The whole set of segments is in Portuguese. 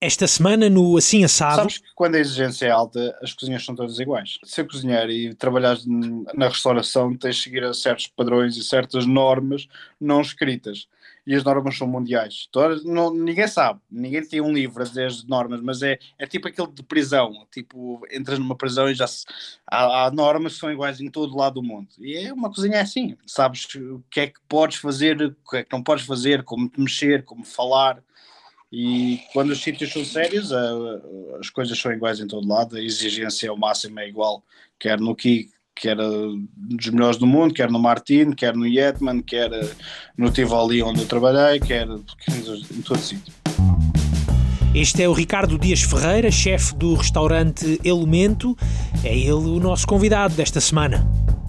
Esta semana no Assim Assado. Sabes que quando a exigência é alta, as cozinhas são todas iguais. Ser cozinheiro e trabalhar na restauração, tens de seguir a certos padrões e certas normas não escritas. E as normas são mundiais. Ninguém sabe, ninguém tem um livro a dizer as normas, mas é tipo aquele de prisão. Tipo, entras numa prisão e há normas que são iguais em todo lado do mundo. E é uma cozinha assim. Sabes o que é que podes fazer, o que é que não podes fazer, como te mexer, como falar. E quando os sítios são sérios, as coisas são iguais em todo lado, a exigência ao máximo é igual, quer no Kik, quer dos melhores do mundo, quer no Martin, quer no Yetman, quer no Tivoli onde eu trabalhei, quer em todo sítio. Este é o Ricardo Dias Ferreira, chefe do restaurante Elemento. É ele o nosso convidado desta semana.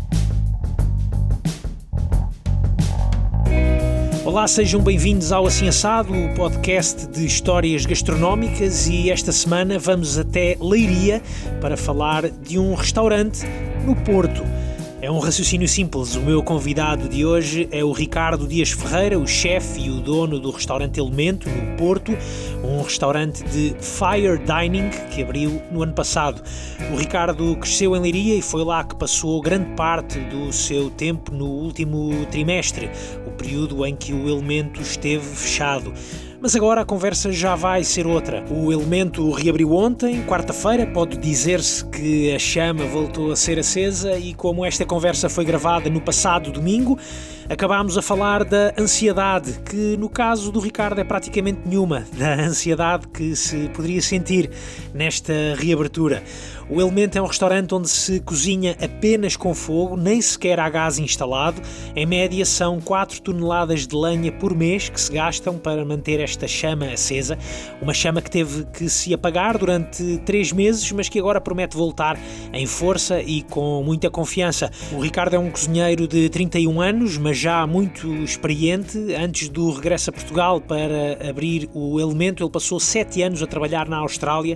Olá, sejam bem-vindos ao Assim Assado, o podcast de histórias gastronómicas, e esta semana vamos até Leiria para falar de um restaurante no Porto. É um raciocínio simples. O meu convidado de hoje é o Ricardo Dias Ferreira, o chefe e o dono do restaurante Elemento, no Porto, um restaurante de fire dining que abriu no ano passado. O Ricardo cresceu em Leiria e foi lá que passou grande parte do seu tempo no último trimestre, o período em que o Elemento esteve fechado. Mas agora a conversa já vai ser outra. O Elemento reabriu ontem, quarta-feira, pode dizer-se que a chama voltou a ser acesa, e como esta conversa foi gravada no passado domingo, acabámos a falar da ansiedade, que no caso do Ricardo é praticamente nenhuma, da ansiedade que se poderia sentir nesta reabertura. O Elemento é um restaurante onde se cozinha apenas com fogo, nem sequer há gás instalado. Em média são 4 toneladas de lenha por mês que se gastam para manter esta chama acesa. Uma chama que teve que se apagar durante 3 meses, mas que agora promete voltar em força e com muita confiança. O Ricardo é um cozinheiro de 31 anos, mas já muito experiente. Antes do regresso a Portugal para abrir o Elemento, ele passou 7 anos a trabalhar na Austrália,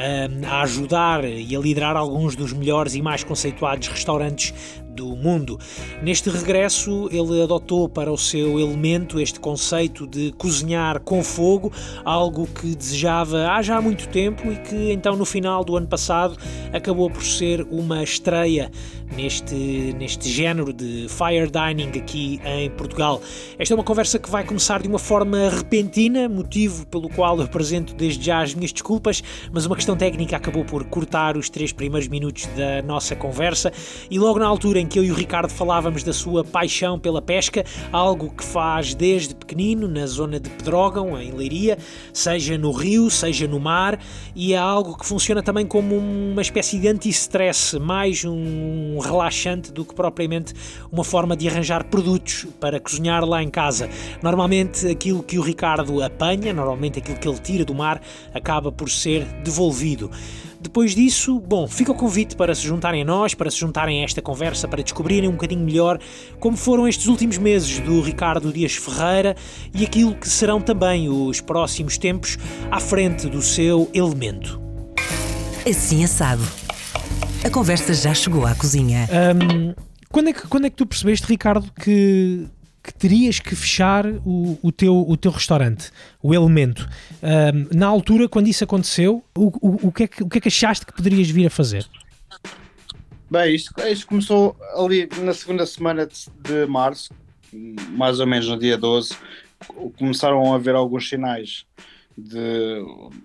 a ajudar e a liderar alguns dos melhores e mais conceituados restaurantes do mundo. Neste regresso, ele adotou para o seu Elemento este conceito de cozinhar com fogo, algo que desejava há já muito tempo e que então no final do ano passado acabou por ser uma estreia neste género de fire dining aqui em Portugal. Esta é uma conversa que vai começar de uma forma repentina, motivo pelo qual eu apresento desde já as minhas desculpas, mas uma questão técnica acabou por cortar os 3 primeiros minutos da nossa conversa, e logo na altura em que eu e o Ricardo falávamos da sua paixão pela pesca, algo que faz desde pequenino na zona de Pedrógão, em Leiria, seja no rio, seja no mar, e é algo que funciona também como uma espécie de anti-stress, mais um relaxante do que propriamente uma forma de arranjar produtos para cozinhar lá em casa. Normalmente aquilo que o Ricardo apanha, normalmente aquilo que ele tira do mar, acaba por ser devolvido. Depois disso, fica o convite para se juntarem a nós, para se juntarem a esta conversa, para descobrirem um bocadinho melhor como foram estes últimos meses do Ricardo Dias Ferreira e aquilo que serão também os próximos tempos à frente do seu Elemento. Assim Assado. A conversa já chegou à cozinha. Quando é que tu percebeste, Ricardo, que terias que fechar o teu restaurante, o Elemento? Na altura, quando isso aconteceu, o que é que achaste que poderias vir a fazer? Bem, isto começou ali na segunda semana de março, mais ou menos no dia 12, começaram a haver alguns sinais de...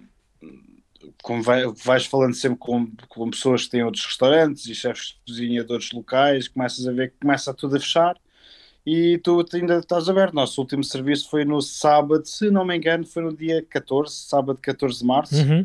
Como vais falando sempre com pessoas que têm outros restaurantes e chefes de cozinha de outros locais, começas a ver que começa tudo a fechar e tu ainda estás aberto. Nosso último serviço foi no sábado, se não me engano, foi no dia 14, sábado 14 de março. Uhum.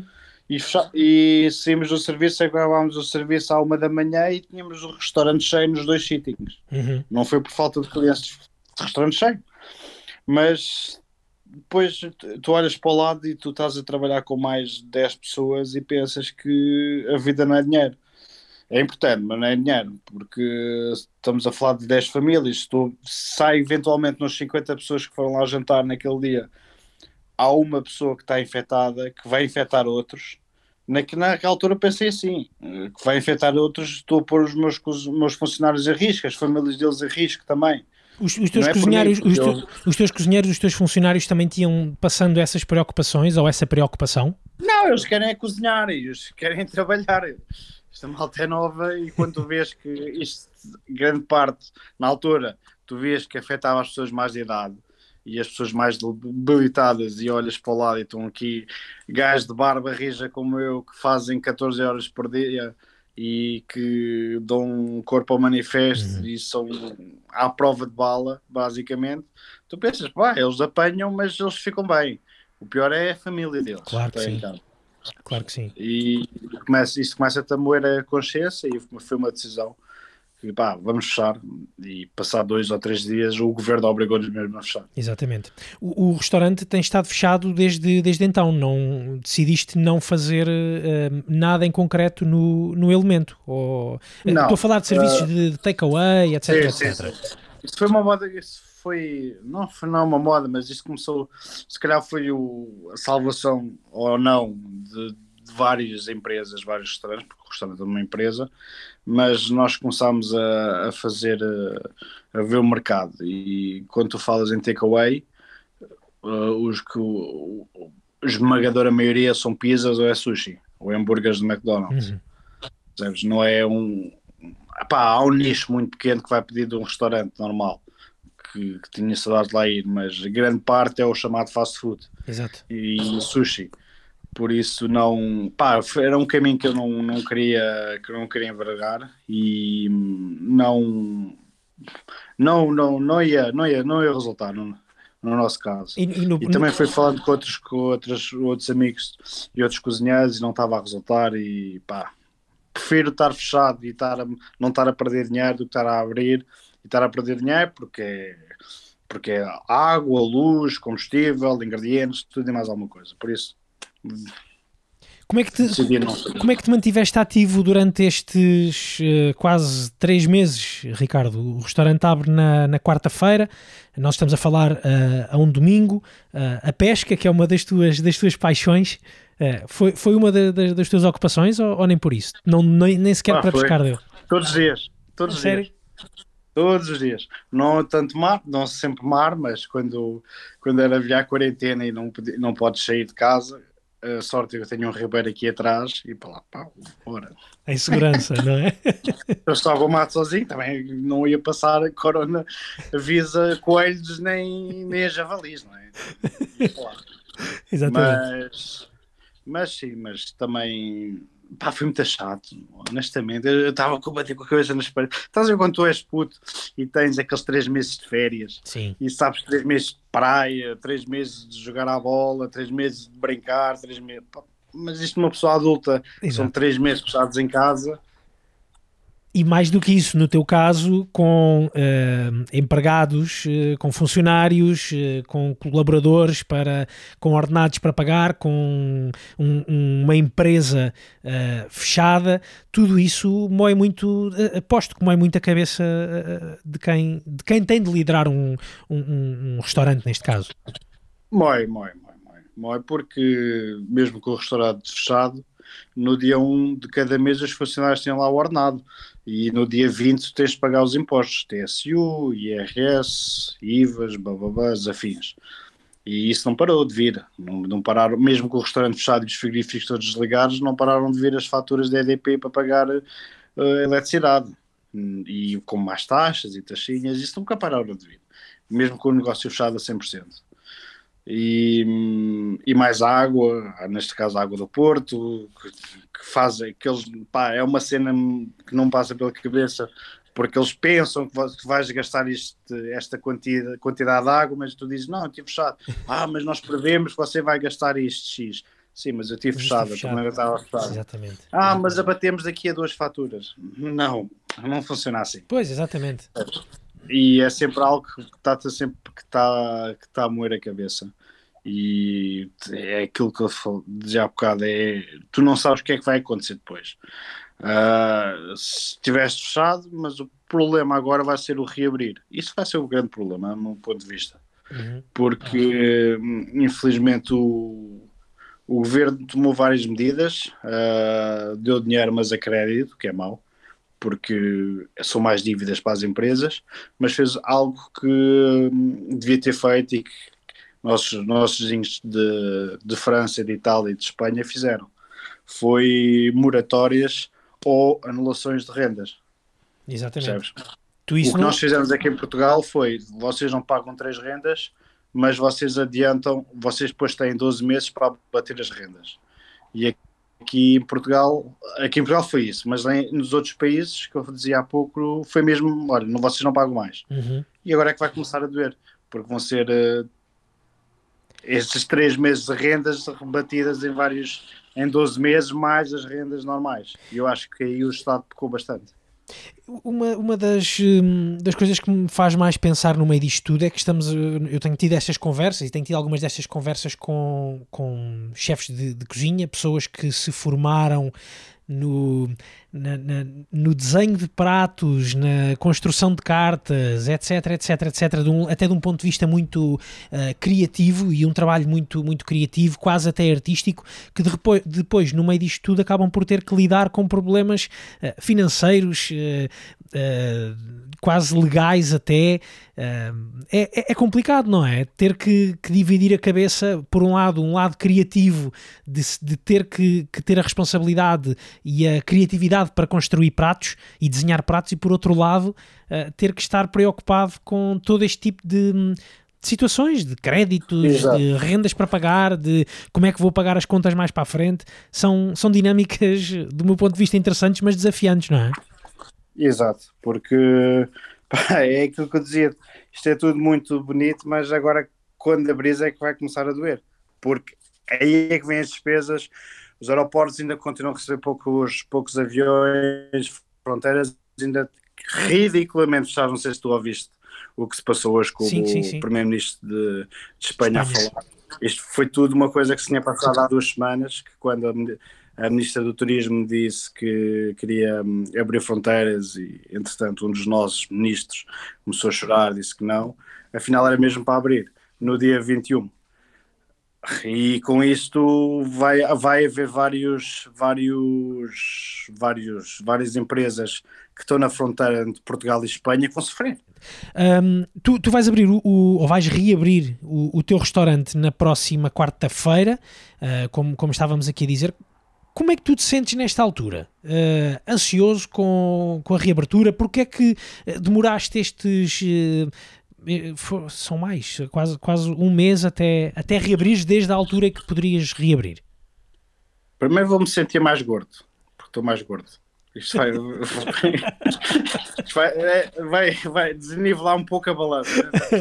E saímos do serviço, acabámos o serviço à 1 da manhã e tínhamos o restaurante cheio nos 2 sittings. Uhum. Não foi por falta de clientes de restaurante cheio, mas... Depois tu olhas para o lado e tu estás a trabalhar com mais de 10 pessoas e pensas que a vida não é dinheiro. É importante, mas não é dinheiro, porque estamos a falar de 10 famílias. Se há eventualmente nos 50 pessoas que foram lá jantar naquele dia, há uma pessoa que está infectada, que vai infectar outros. Naquela altura pensei assim, que vai infectar outros, estou a pôr os meus funcionários a risco, as famílias deles a risco também. Os teus cozinheiros, os teus cozinheiros, os teus funcionários também tinham passando essas preocupações ou essa preocupação? eles querem cozinhar e eles querem trabalhar. Esta malta é nova e quando tu vês que isto, grande parte, na altura, tu vês que afetava as pessoas mais de idade e as pessoas mais debilitadas e olhas para o lado e estão aqui gajos de barba rija como eu que fazem 14 horas por dia e que dão um corpo ao manifesto e são à prova de bala, basicamente. Tu pensas, pá, eles apanham, mas eles ficam bem. O pior é a família deles. Claro que sim. Claro que sim. E isto começa a moer a consciência e foi uma decisão que, pá, vamos fechar. E passar 2 ou 3 dias o governo obrigou-nos mesmo a fechar. Exatamente. O restaurante tem estado fechado desde então. Não decidiste não fazer nada em concreto no Elemento? Ou, Não. Estou a falar de serviços de takeaway, etc, sim, etc. Sim. Isso foi uma moda, não foi uma moda, mas isto começou, se calhar foi a salvação ou não de várias empresas, vários restaurantes, porque o restaurante é uma empresa, mas nós começámos a fazer, a ver o mercado e quando tu falas em takeaway, a esmagadora maioria são pizzas ou é sushi, ou hambúrgueres do McDonald's. Sabes? Não é há um nicho muito pequeno que vai pedir de um restaurante normal que tinha saudades de lá ir, mas a grande parte é o chamado fast food. Exato. E sushi. Por isso era um caminho que eu não queria envergar e não ia resultar no nosso caso. E também fui falando com outros amigos e outros cozinheiros e não estava a resultar e pá, prefiro estar fechado e não estar a perder dinheiro do que estar a abrir e estar a perder dinheiro porque é água, luz, combustível, ingredientes, tudo e mais alguma coisa. Por isso como é que te mantiveste ativo durante estes quase 3 meses, Ricardo? O restaurante abre na quarta-feira, nós estamos a falar a um domingo, a pesca, que é uma das tuas paixões, foi uma das tuas ocupações ou nem por isso? Nem sequer para pescar deu? Todos os dias. Sério? Todos os dias. Não tanto mar, não sempre mar, mas quando havia a quarentena e não podes sair de casa, a sorte é que eu tenho um ribeiro aqui atrás e para lá, pá, bora. Em segurança, não é? Eu estava ao mato sozinho, também não ia passar a corona visa coelhos nem a javalis, não é? Claro. Exatamente. Mas também... Pá, foi muito chato, honestamente. Eu estava a bater com a cabeça nas paredes. Estás a ver quando tu és puto e tens aqueles 3 meses de férias? Sim. E sabes, 3 meses de praia, 3 meses de jogar à bola, 3 meses de brincar, 3 meses... Pá, mas isto numa pessoa adulta, são 3 meses fechados em casa. E mais do que isso, no teu caso, com empregados, com funcionários, com colaboradores, com ordenados para pagar, com uma empresa fechada, tudo isso mói muito, aposto que mói muito a cabeça de quem tem de liderar um restaurante, neste caso. Mói, porque mesmo com o restaurante fechado, no dia 1 de cada mês os funcionários têm lá o ordenado e no dia 20 tens de pagar os impostos, TSU, IRS, IVAs, bababás, afins. E isso não parou de vir, não pararam, mesmo com o restaurante fechado e os frigoríficos todos desligados, não pararam de vir as faturas da EDP para pagar eletricidade. E com mais taxas e taxinhas, isso nunca pararam de vir, mesmo com o negócio fechado a 100%. E mais água, neste caso a água do Porto, que faz aqueles, pá, é uma cena que não passa pela cabeça, porque eles pensam que vais gastar esta quantidade de água, mas tu dizes, não, eu estive fechado. Mas nós prevemos que você vai gastar isto X. Sim, mas eu estive fechado, a torneira estava fechada. Exatamente. Mas abatemos aqui a 2 faturas. Não funciona assim. Pois, exatamente. E é sempre algo que está a moer a cabeça. E é aquilo que eu dizia há bocado, tu não sabes o que é que vai acontecer depois. Se estiveste fechado, mas o problema agora vai ser o reabrir. Isso vai ser o grande problema, no meu ponto de vista. Porque, infelizmente, o governo tomou várias medidas, deu dinheiro, mas a crédito, que é mau, porque são mais dívidas para as empresas, mas fez algo que devia ter feito e que nossos vizinhos de França, de Itália e de Espanha fizeram. Foi moratórias ou anulações de rendas. Exatamente. Percebes? O que nós fizemos aqui em Portugal foi, vocês não pagam 3 rendas, mas vocês adiantam, vocês depois têm 12 meses para bater as rendas. E aqui em Portugal foi isso, mas nos outros países, que eu dizia há pouco, foi mesmo, olha, vocês não pagam mais. E agora é que vai começar a doer, porque vão ser estes 3 meses de rendas rebatidas em 12 meses, mais as rendas normais. E eu acho que aí o Estado pecou bastante. Uma das coisas que me faz mais pensar no meio disto tudo é que eu tenho tido estas conversas e tenho tido algumas destas conversas com chefes de cozinha, pessoas que se formaram no desenho de pratos, na construção de cartas, etc, até de um ponto de vista muito criativo, e um trabalho muito, muito criativo, quase até artístico, que depois, no meio disto tudo, acabam por ter que lidar com problemas financeiros, quase legais até. É complicado, não é? Ter que dividir a cabeça, por um lado criativo, de ter que ter a responsabilidade e a criatividade para construir pratos e desenhar pratos, e por outro lado ter que estar preocupado com todo este tipo de situações, de créditos, Exato. de rendas para pagar, de como é que vou pagar as contas mais para a frente. São dinâmicas, do meu ponto de vista, interessantes, mas desafiantes, não é? Exato, porque é aquilo que eu dizia, isto é tudo muito bonito, mas agora quando abris é que vai começar a doer, porque aí é que vêm as despesas. Os aeroportos ainda continuam a receber poucos aviões, fronteiras ainda ridiculamente fechadas. Não sei se tu ouviste o que se passou hoje com o primeiro-ministro de Espanha a falar. Isto foi tudo uma coisa que se tinha passado há 2 semanas, que quando a ministra do Turismo disse que queria abrir fronteiras e, entretanto, um dos nossos ministros começou a chorar, disse que não. Afinal, era mesmo para abrir, no dia 21. E com isto vai haver várias empresas que estão na fronteira entre Portugal e Espanha que vão sofrer. Tu vais abrir ou vais reabrir o teu restaurante na próxima quarta-feira, como estávamos aqui a dizer. Como é que tu te sentes nesta altura? Ansioso com a reabertura? Porque é que demoraste estes... são mais, quase um mês até reabrires, desde a altura em que poderias reabrir? Primeiro vou-me sentir mais gordo, porque estou mais gordo. Isto vai desnivelar um pouco a balança.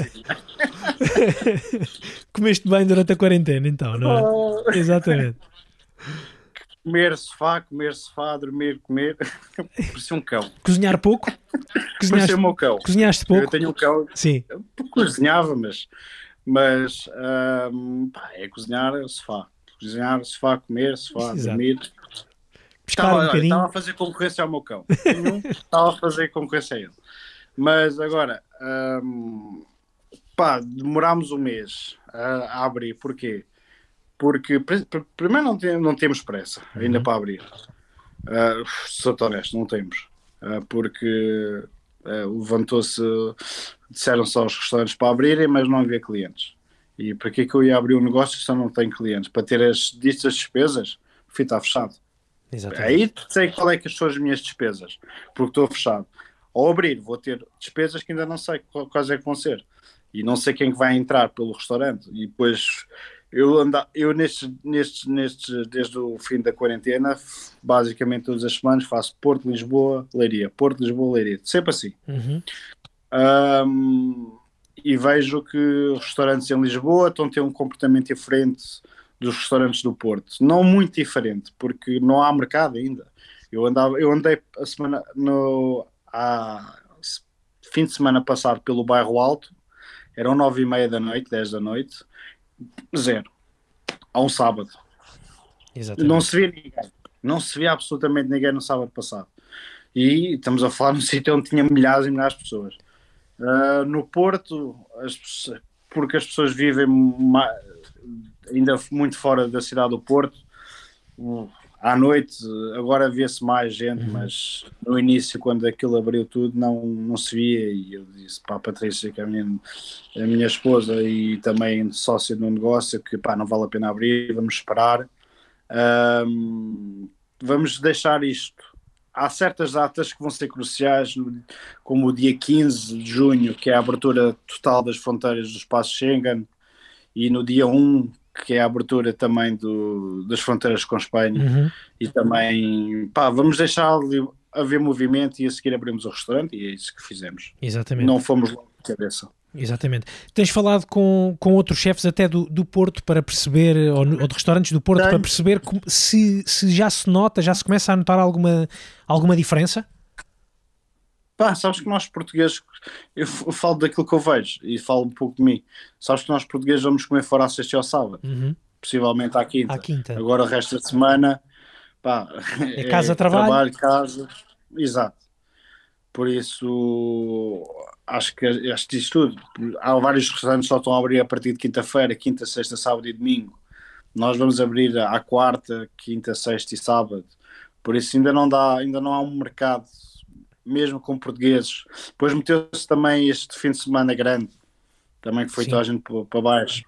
Comeste bem durante a quarentena, então, não é? Exatamente. Comer sofá, dormir, comer. Parecia um cão. Cozinhar pouco? Parecia o meu cão. Cozinhaste pouco? Eu tenho um cão. Sim. Cozinhava, mas é cozinhar sofá. Cozinhar, sofá, comer, sofá, dormir. Estava a fazer concorrência ao meu cão. Estava a fazer concorrência a ele. Mas agora, demorámos um mês a abrir. Porquê? Porque primeiro não temos pressa ainda para abrir. Sou honesto, não temos. Porque levantou-se, disseram só os restaurantes para abrirem, mas não havia clientes. E para que é que eu ia abrir um negócio se eu não tenho clientes? Para ter as despesas, o fim está fechado. Exatamente. Aí sei qual é que são as minhas despesas, porque estou fechado. Ao abrir, vou ter despesas que ainda não sei quais é que vão ser. E não sei quem que vai entrar pelo restaurante. E depois, eu desde o fim da quarentena, basicamente todas as semanas faço Porto, Lisboa, Leiria. Porto, Lisboa, Leiria. Sempre assim. E vejo que os restaurantes em Lisboa estão a ter um comportamento diferente dos restaurantes do Porto. Não muito diferente, porque não há mercado ainda. Eu andei a semana fim de semana passado pelo Bairro Alto, eram 9h30 da noite, 10 da noite, zero. A um sábado. Exatamente. Não se via ninguém. Não se via absolutamente ninguém no sábado passado. E estamos a falar num sítio onde tinha milhares e milhares de pessoas. No Porto, porque as pessoas vivem ainda muito fora da cidade do Porto, à noite, agora vê-se mais gente, mas no início, quando aquilo abriu tudo, não se via, e eu disse para a Patrícia, que é a minha esposa e também sócia no negócio, que pá, não vale a pena abrir, vamos esperar. Vamos deixar isto. Há certas datas que vão ser cruciais, como o dia 15 de junho, que é a abertura total das fronteiras do espaço Schengen, e no dia 1, que é a abertura também das fronteiras com a Espanha. E também, pá, vamos deixar haver movimento e a seguir abrimos o restaurante, e é isso que fizemos. Exatamente. Não fomos logo de cabeça. Exatamente. Tens falado com outros chefes até do Porto para perceber, ou de restaurantes do Porto, para perceber se já se nota, já se começa a notar alguma diferença? Pá, sabes que nós portugueses, eu falo daquilo que eu vejo e falo um pouco de mim. Sabes que nós portugueses vamos comer fora à sexta e ao sábado, possivelmente à quinta. Agora o resto da semana, pá, é casa, trabalho, casa, exato. Por isso, acho que isto tudo, há vários restaurantes que só estão a abrir a partir de quinta-feira, quinta, sexta, sábado e domingo. Nós vamos abrir à quarta, quinta, sexta e sábado. Por isso ainda não há um mercado, mesmo com portugueses. Depois meteu-se também este fim de semana grande, também que foi toda a gente para baixo.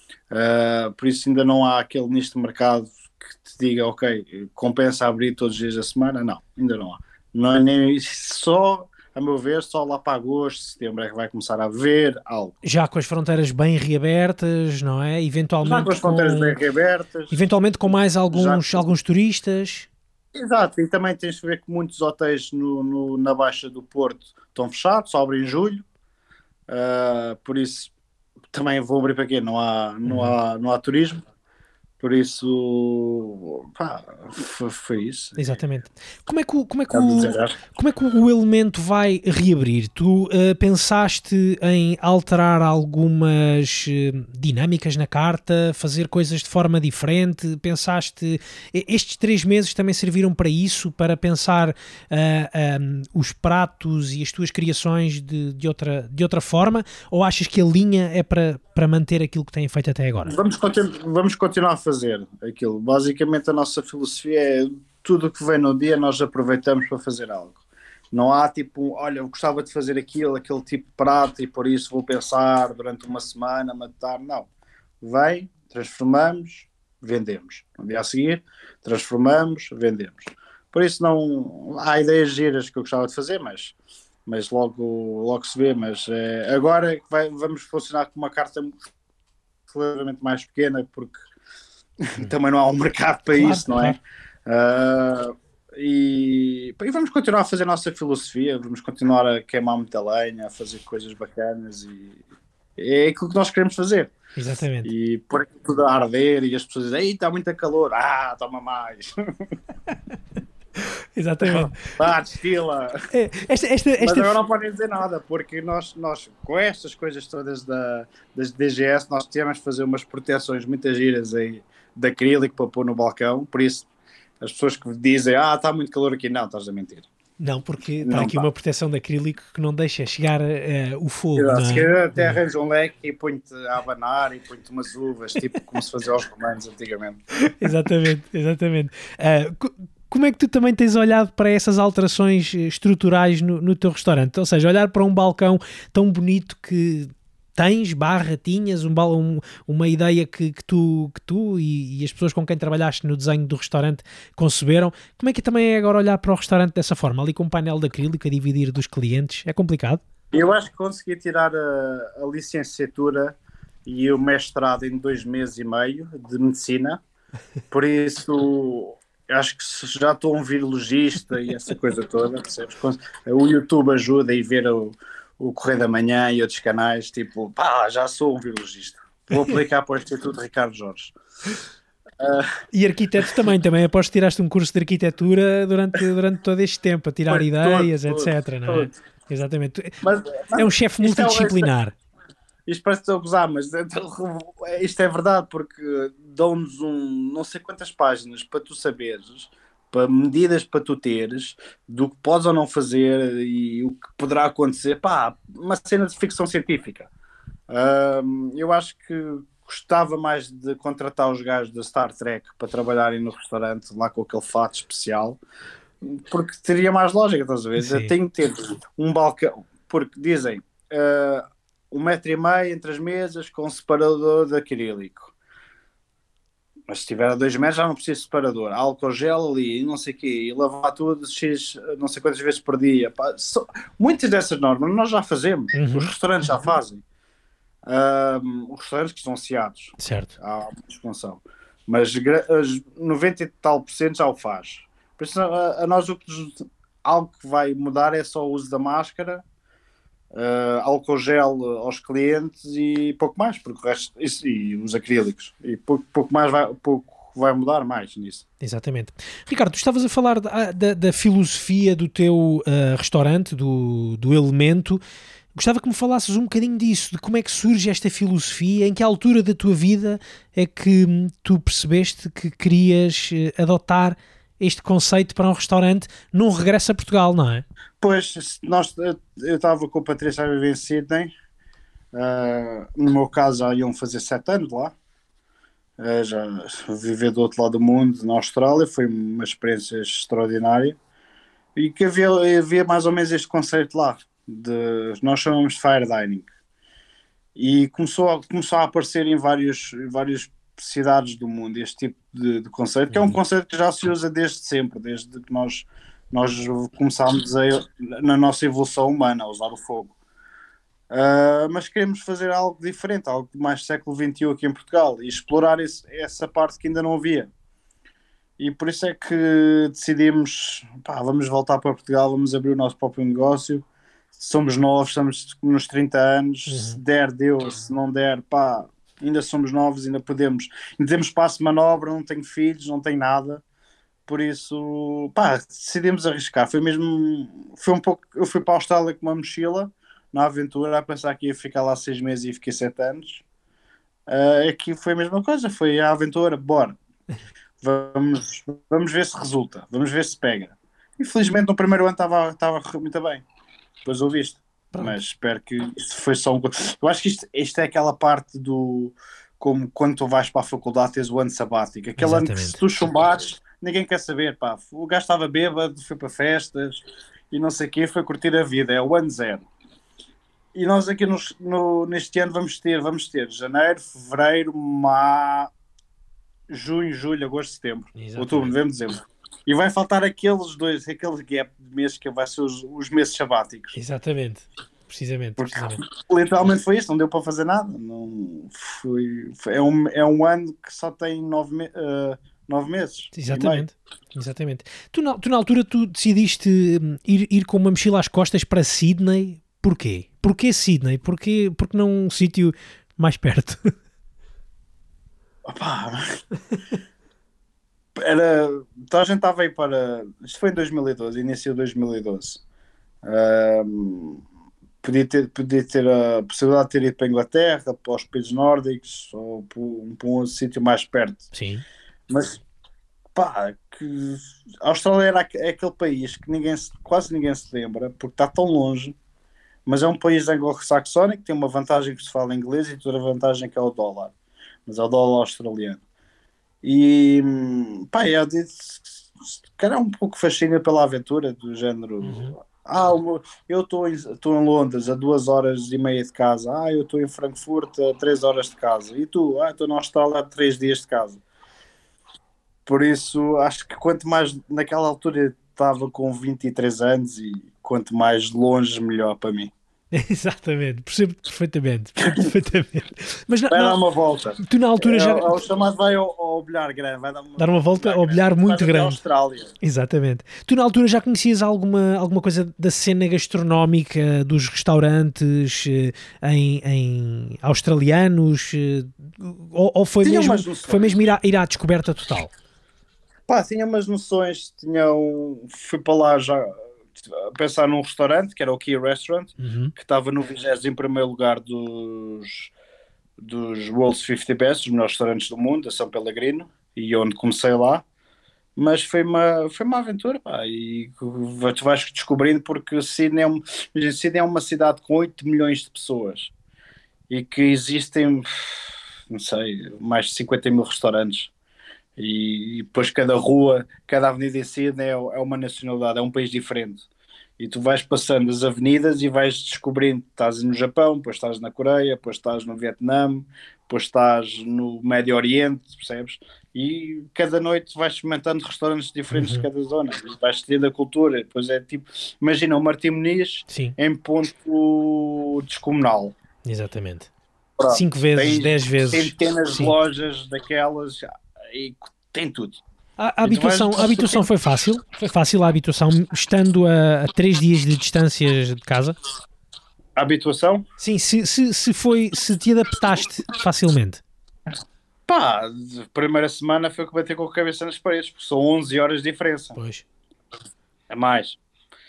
Por isso ainda não há aquele nicho de mercado que te diga, ok, compensa abrir todos os dias da semana. Não, ainda não há. Não é nem só, a meu ver, só lá para agosto, setembro é que vai começar a haver algo. Já com as fronteiras bem reabertas, não é? Eventualmente já com as fronteiras bem reabertas. Eventualmente com mais alguns turistas. Exato, e também tens de ver que muitos hotéis na Baixa do Porto estão fechados, só abrem em julho. Por isso também vou abrir para quê? Não há turismo. Por isso, pá, foi isso. Exatamente. Como é que o Elemento vai reabrir? Tu pensaste em alterar algumas dinâmicas na carta, fazer coisas de forma diferente? Pensaste... Estes 3 meses também serviram para isso, para pensar os pratos e as tuas criações de outra forma? Ou achas que a linha é para manter aquilo que têm feito até agora? Vamos continuar a fazer aquilo. Basicamente a nossa filosofia é tudo o que vem no dia nós aproveitamos para fazer algo. Não há tipo, olha, eu gostava de fazer aquele tipo de prato e por isso vou pensar durante uma semana, matar. Não. Vem, transformamos, vendemos. No dia a seguir, transformamos, vendemos. Por isso não há ideias giras que eu gostava de fazer, mas logo se vê. Mas agora vamos funcionar com uma carta relativamente mais pequena, porque também não há um mercado para isso, não é? E vamos continuar a fazer a nossa filosofia, vamos continuar a queimar muita lenha, a fazer coisas bacanas, e é aquilo que nós queremos fazer. Exatamente. E pôr aquilo tudo a arder e as pessoas dizem, ei, está muito calor, toma mais. Exatamente. Destila. Mas agora não podem dizer nada, porque nós com estas coisas todas das DGS, nós temos de fazer umas proteções muitas giras aí de acrílico para pôr no balcão. Por isso, as pessoas que dizem, está muito calor aqui, não, estás a mentir. Não, porque está aqui uma proteção de acrílico que não deixa chegar o fogo. Exato, se quer até arranjo um leque e põe-te a abanar e põe-te umas uvas, tipo como se fazia aos romanos antigamente. Exatamente. Como é que tu também tens olhado para essas alterações estruturais no teu restaurante? Ou seja, olhar para um balcão tão bonito que tinhas uma ideia que tu e as pessoas com quem trabalhaste no desenho do restaurante conceberam. Como é que também é agora olhar para o restaurante dessa forma, ali com um painel de acrílico a dividir dos clientes? É complicado? Eu acho que consegui tirar a licenciatura e o mestrado em 2 meses e meio de medicina, por isso... Acho que já estou um virologista e essa coisa toda, percebes? O YouTube ajuda a ver o Correio da Manhã e outros canais, tipo, já sou um virologista. Vou aplicar para o Instituto Ricardo Jorge. E arquiteto também aposto que tiraste um curso de arquitetura durante todo este tempo, a tirar ideias, etc. Não é? Exatamente. Mas é um chefe multidisciplinar. Isto parece que estou a gozar, mas isto é verdade, porque dão-nos não sei quantas páginas para tu saberes, para medidas para tu teres, do que podes ou não fazer e o que poderá acontecer. Uma cena de ficção científica. Eu acho que gostava mais de contratar os gajos da Star Trek para trabalharem no restaurante lá com aquele fato especial, porque teria mais lógica, estás a ver? Sim. Tem que ter um balcão, porque dizem 1,5 m entre as mesas com separador de acrílico. Mas se tiver a 2 metros já não precisa de separador. Álcool gel ali, não sei o quê, e lavar tudo X, não sei quantas vezes por dia. Pá, muitas dessas normas nós já fazemos, os restaurantes já fazem. Os restaurantes que são associados. Certo. Há uma disfunção. Mas 90 e tal por cento já o faz. Por isso, a nós algo que vai mudar é só o uso da máscara, álcool gel aos clientes e pouco mais, porque o resto, e os acrílicos. E pouco vai mudar mais nisso. Exatamente. Ricardo, tu estavas a falar da filosofia do teu restaurante, do Elemento. Gostava que me falasses um bocadinho disso, de como é que surge esta filosofia, em que altura da tua vida é que tu percebeste que querias adotar este conceito para um restaurante num regresso a Portugal, não é? Pois, eu estava com a Patrícia a viver em Sydney, no meu caso já iam fazer 7 anos lá, já viver do outro lado do mundo, na Austrália, foi uma experiência extraordinária, e que havia mais ou menos este conceito lá, nós chamamos de fire dining, e começou a aparecer em várias cidades do mundo este tipo de conceito, que é um conceito que já se usa desde sempre, desde que nós começámos na nossa evolução humana a usar o fogo. Mas queremos fazer algo diferente, algo mais século XXI aqui em Portugal, e explorar essa parte que ainda não havia. E por isso é que decidimos, vamos voltar para Portugal, vamos abrir o nosso próprio negócio. Somos novos, estamos nos 30 anos, se der, deu, se não der, ainda somos novos, ainda temos espaço de manobra, não tenho filhos, não tenho nada. Por isso, decidimos arriscar. Foi um pouco, eu fui para a Austrália com uma mochila, na aventura, a pensar que ia ficar lá 6 meses e fiquei 7 anos. Aqui foi a mesma coisa, foi a aventura, bora. Vamos ver se resulta, vamos ver se pega. Infelizmente no primeiro ano estava a correr muito bem. Depois ouviste. Mas espero que isto foi só eu acho que isto é aquela parte como quando tu vais para a faculdade tens o ano sabático. Aquele ano que se tu chumbares, ninguém quer saber, o gajo estava bêbado, foi para festas e não sei o quê, foi curtir a vida, é o ano zero. E nós aqui neste ano vamos ter janeiro, fevereiro, junho, julho, agosto, setembro, outubro, novembro, dezembro. E vai faltar aquele gap de meses que vai ser os meses sabáticos. Exatamente, precisamente. Literalmente foi isto, não deu para fazer nada. É um ano que só tem 9 meses. Exatamente. Tu na altura decidiste ir com uma mochila às costas para Sydney. Porquê? Porquê Sydney? Porque não um sítio mais perto? Então a gente estava aí para... Isto foi em 2012, início de 2012. Podia ter a possibilidade de ter ido para a Inglaterra, para os países nórdicos, ou para um outro sítio mais perto. Sim. Mas, que a Austrália é aquele país que quase ninguém se lembra, porque está tão longe, mas é um país anglo-saxónico, tem uma vantagem que se fala inglês e outra vantagem que é o dólar. Mas é o dólar australiano. E eu disse que era um pouco fascinado pela aventura, do género. Eu estou em Londres a 2h30 de casa. Eu estou em Frankfurt a 3 horas de casa. E tu? Estou na Austrália a 3 dias de casa. Por isso, acho que quanto mais naquela altura estava com 23 anos e quanto mais longe, melhor para mim. Exatamente, percebo perfeitamente. Mas vai dar uma volta. Tu na altura já... O chamado vai ao bilhar grande. Vai dar uma volta ao bilhar muito grande. Austrália. Exatamente. Tu na altura já conhecias alguma coisa da cena gastronómica, dos restaurantes em australianos? Ou foi mesmo ir à descoberta total? Tinha umas noções. Fui para lá já a pensar num restaurante, que era o Key Restaurant, que estava no 21º lugar dos World's 50 Best, os melhores restaurantes do mundo, a São Pellegrino, e onde comecei lá. Mas foi uma aventura, e tu vais descobrindo, porque Sydney é uma cidade com 8 milhões de pessoas, e que existem não sei, mais de 50 mil restaurantes. E depois cada rua, cada avenida em si é uma nacionalidade, é um país diferente. E tu vais passando as avenidas e vais descobrindo, estás no Japão, depois estás na Coreia, depois estás no Vietnã, depois estás no Médio Oriente, percebes? E cada noite vais experimentando restaurantes diferentes de cada zona, e vais tendo a cultura. Depois é tipo, imagina o Martim Moniz Sim, em ponto descomunal. exatamente. Pronto, 5 vezes, tens 10 vezes. centenas de Sim. lojas daquelas e tem tudo. A habituação foi fácil? Foi fácil a habituação, estando a 3 dias de distâncias de casa? A habituação? Sim, se te adaptaste facilmente. Pá, a primeira semana foi que bater com a cabeça nas paredes, porque são 11 horas de diferença. Pois. É mais.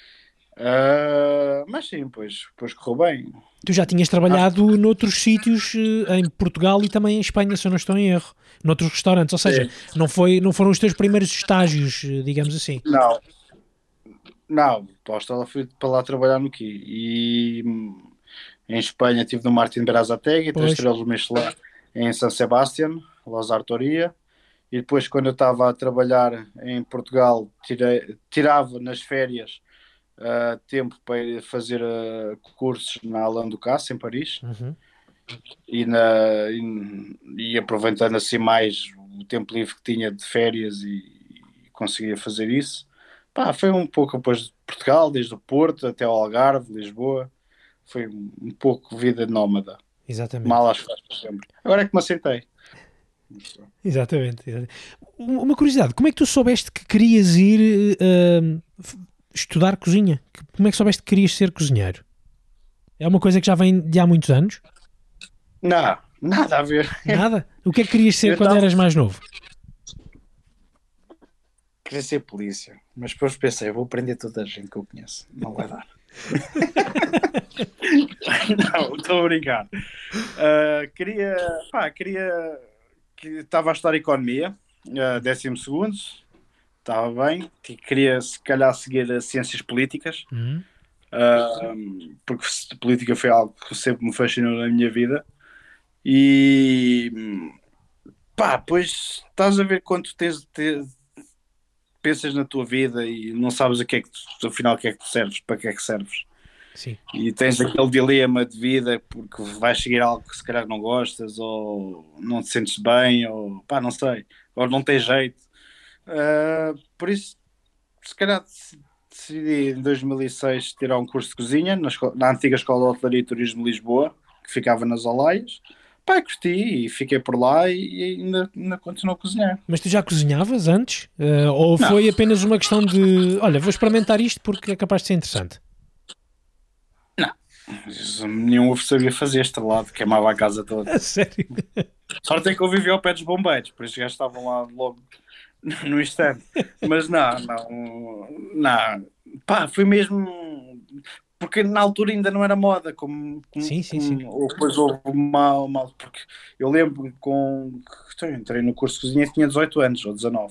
Mas sim, pois correu bem. Tu já tinhas trabalhado noutros sítios, em Portugal e também em Espanha, se eu não estou em erro. Noutros restaurantes, ou seja, não foram os teus primeiros estágios, digamos assim. Não, lá fui para lá trabalhar no Qui. E em Espanha estive no Martin Berazategui, 3 estrelas Michelin em San Sebastián, Los Artoria. E depois, quando eu estava a trabalhar em Portugal, tirava nas férias tempo para ir fazer cursos na Alain Ducasse, em Paris. Uhum. E aproveitando assim mais o tempo livre que tinha de férias e conseguia fazer isso. Pá, foi um pouco depois de Portugal, desde o Porto até ao Algarve, Lisboa. Foi um pouco vida nómada. Exatamente. Mal às costas sempre. Agora é que me assentei. Exatamente. Uma curiosidade, como é que tu soubeste que querias ir estudar cozinha? Como é que soubeste que querias ser cozinheiro? É uma coisa que já vem de há muitos anos? Não, nada a ver. Nada? O que é que querias ser quando eras mais novo? Queria ser polícia, mas depois pensei, vou prender toda a gente que eu conheço. Não vai dar. Não, estou a brincar. Queria que estava a estudar economia, 12º, estava bem, que queria se calhar seguir ciências políticas, porque política foi algo que sempre me fascinou na minha vida. E pois estás a ver quando pensas na tua vida e não sabes afinal o que é que tu serves, para que é que serves. Sim. E tens aquele dilema de vida porque vais seguir algo que se calhar não gostas, ou não te sentes bem, ou não sei, ou não tens jeito. Por isso, se calhar decidi em 2006 tirar um curso de cozinha na antiga Escola de Hotelaria e Turismo de Lisboa, que ficava nas Olaias. Curti e fiquei por lá e ainda continuo a cozinhar. Mas tu já cozinhavas antes? Ou foi apenas uma questão de, olha, vou experimentar isto porque é capaz de ser interessante? Não, nenhum sabia fazer este lado, queimava a casa toda. A sério? Sorte é que eu vivia ao pé dos bombeiros, por isso já estavam lá logo no instante. Mas não. Foi mesmo... Porque na altura ainda não era moda, Sim. Ou depois houve mal, porque eu lembro que entrei no curso de cozinha e tinha 18 anos, ou 19.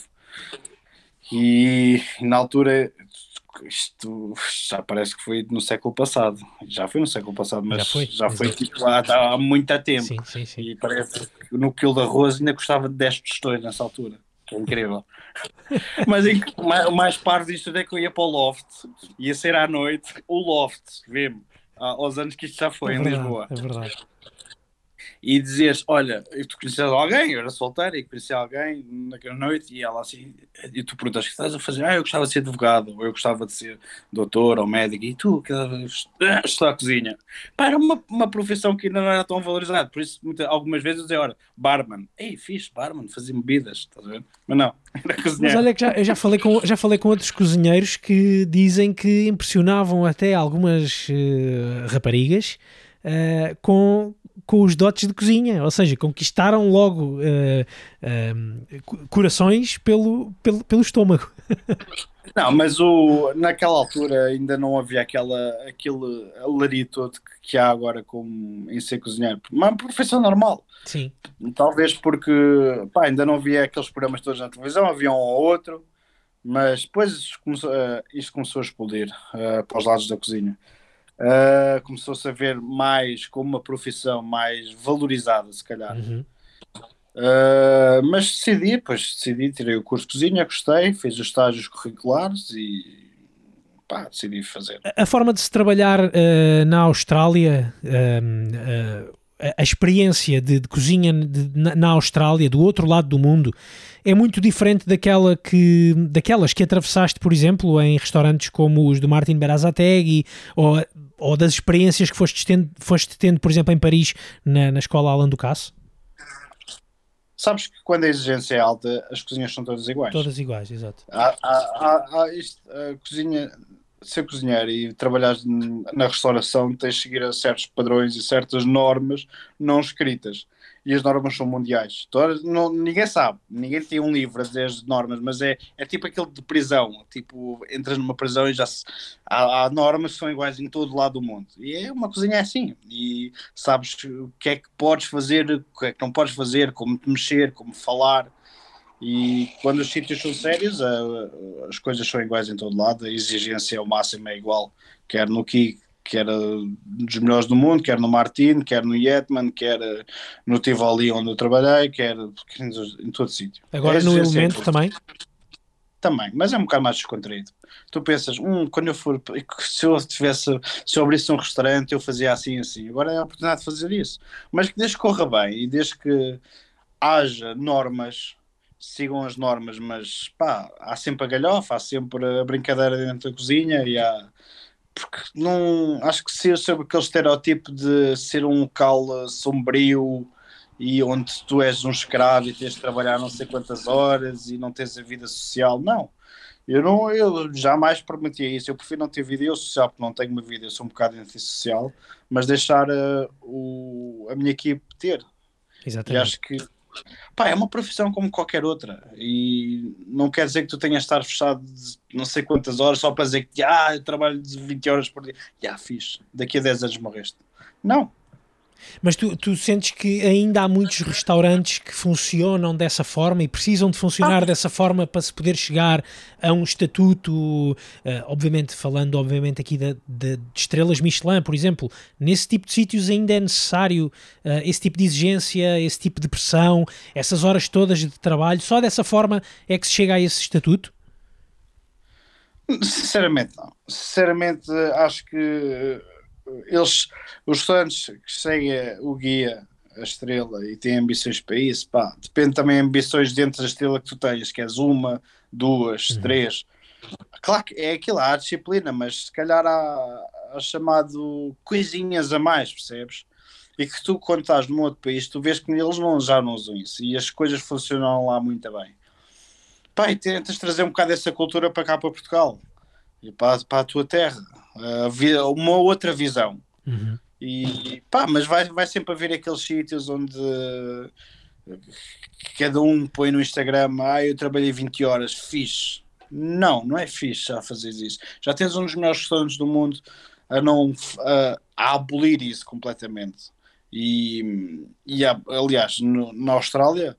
E na altura, isto já parece que foi no século passado. Já foi no século passado, mas já foi tipo, há muito tempo. Sim. E parece que no quilo de arroz ainda custava 10 tostões nessa altura. Que é incrível. Mas o mais parvo disto é que eu ia para o Loft, ia ser à noite, o Loft, vê-me, aos anos que isto já foi em Lisboa. É verdade. E dizias, olha, tu conhecias alguém, eu era solteiro e conhecia alguém naquela noite, e ela assim, e tu perguntas, o que estás a fazer? Eu gostava de ser advogado, ou eu gostava de ser doutor ou médico, e tu, estudar a cozinha. Era uma profissão que ainda não era tão valorizada, por isso algumas vezes eu dizia, olha, barman, fixe, barman, fazia bebidas, estás a ver? Mas não, era cozinheiro. Mas olha que eu já falei com outros cozinheiros que dizem que impressionavam até algumas raparigas com os dotes de cozinha, ou seja, conquistaram logo corações pelo estômago. Não, mas naquela altura ainda não havia aquele alarido todo que há agora em ser cozinheiro. Uma profissão normal. Sim. Talvez porque ainda não havia aqueles programas todos na televisão, havia um ou outro, mas depois isto começou a explodir para os lados da cozinha. Começou-se a ver mais como uma profissão mais valorizada, se calhar. Uhum. Mas decidi, tirei o curso de cozinha, gostei, fiz os estágios curriculares e pá, decidi fazer. A forma de se trabalhar na Austrália, a experiência de cozinha na Austrália, do outro lado do mundo, é muito diferente daquelas que atravessaste, por exemplo, em restaurantes como os do Martin Berazategui ou das experiências que foste tendo, por exemplo, em Paris, na escola Alain Ducasse? Sabes que quando a exigência é alta, as cozinhas são todas iguais. Todas iguais, exato. A cozinha, ser cozinheiro e trabalhar na restauração, tens de seguir a certos padrões e certas normas não escritas. E as normas são mundiais. Ninguém sabe, ninguém tem um livro a dizer as normas, mas é tipo aquele de prisão. Tipo, entras numa prisão e há normas que são iguais em todo lado do mundo. E é uma cozinha assim. E sabes o que é que podes fazer, o que é que não podes fazer, como te mexer, como falar. E quando os sítios são sérios, as coisas são iguais em todo lado, a exigência ao máximo é igual, quer no Kik, que era dos melhores do mundo, quer no Martin, quer no Yetman, quer no Tivoli onde eu trabalhei, quer em todo sítio. Agora no Elemento também? Também, mas é um bocado mais descontraído. Tu pensas, quando eu for, se eu abrisse um restaurante, eu fazia assim. Agora é a oportunidade de fazer isso. Mas que desde que corra bem e desde que haja normas, sigam as normas, mas pá, há sempre a galhofa, há sempre a brincadeira dentro da cozinha porque não acho que ser sobre aquele estereótipo de ser um local sombrio e onde tu és um escravo e tens de trabalhar não sei quantas horas e não tens a vida social, não. Eu jamais permitia isso. Eu prefiro não ter vida social porque não tenho uma vida, eu sou um bocado antissocial, mas deixar a minha equipe ter. Exatamente. E acho que pá, é uma profissão como qualquer outra e não quer dizer que tu tenhas de estar fechado de não sei quantas horas só para dizer que eu trabalho de 20 horas por dia. Fixe, daqui a 10 anos morreste. Não. Mas tu sentes que ainda há muitos restaurantes que funcionam dessa forma e precisam de funcionar dessa forma para se poder chegar a um estatuto, falando aqui de estrelas Michelin, por exemplo, nesse tipo de sítios ainda é necessário esse tipo de exigência, esse tipo de pressão, essas horas todas de trabalho, só dessa forma é que se chega a esse estatuto? Sinceramente não. Sinceramente acho que os restaurantes que seguem o guia, a estrela, e têm ambições para isso, pá, depende também de ambições dentro da estrela que tu tens, que és uma, duas, três. Claro que é aquilo, há a disciplina, mas se calhar há chamado coisinhas a mais, percebes? E que tu, quando estás num outro país, tu vês que eles já não usam isso e as coisas funcionam lá muito bem. Pá, e tentas trazer um bocado essa cultura para cá, para Portugal e para a tua terra, uma outra visão. E pá, mas vai sempre haver aqueles sítios onde cada um põe no Instagram, eu trabalhei 20 horas, fixe. Não é fixe já fazer isso. Já tens um dos melhores restaurantes do mundo a abolir isso completamente. Aliás, na Austrália,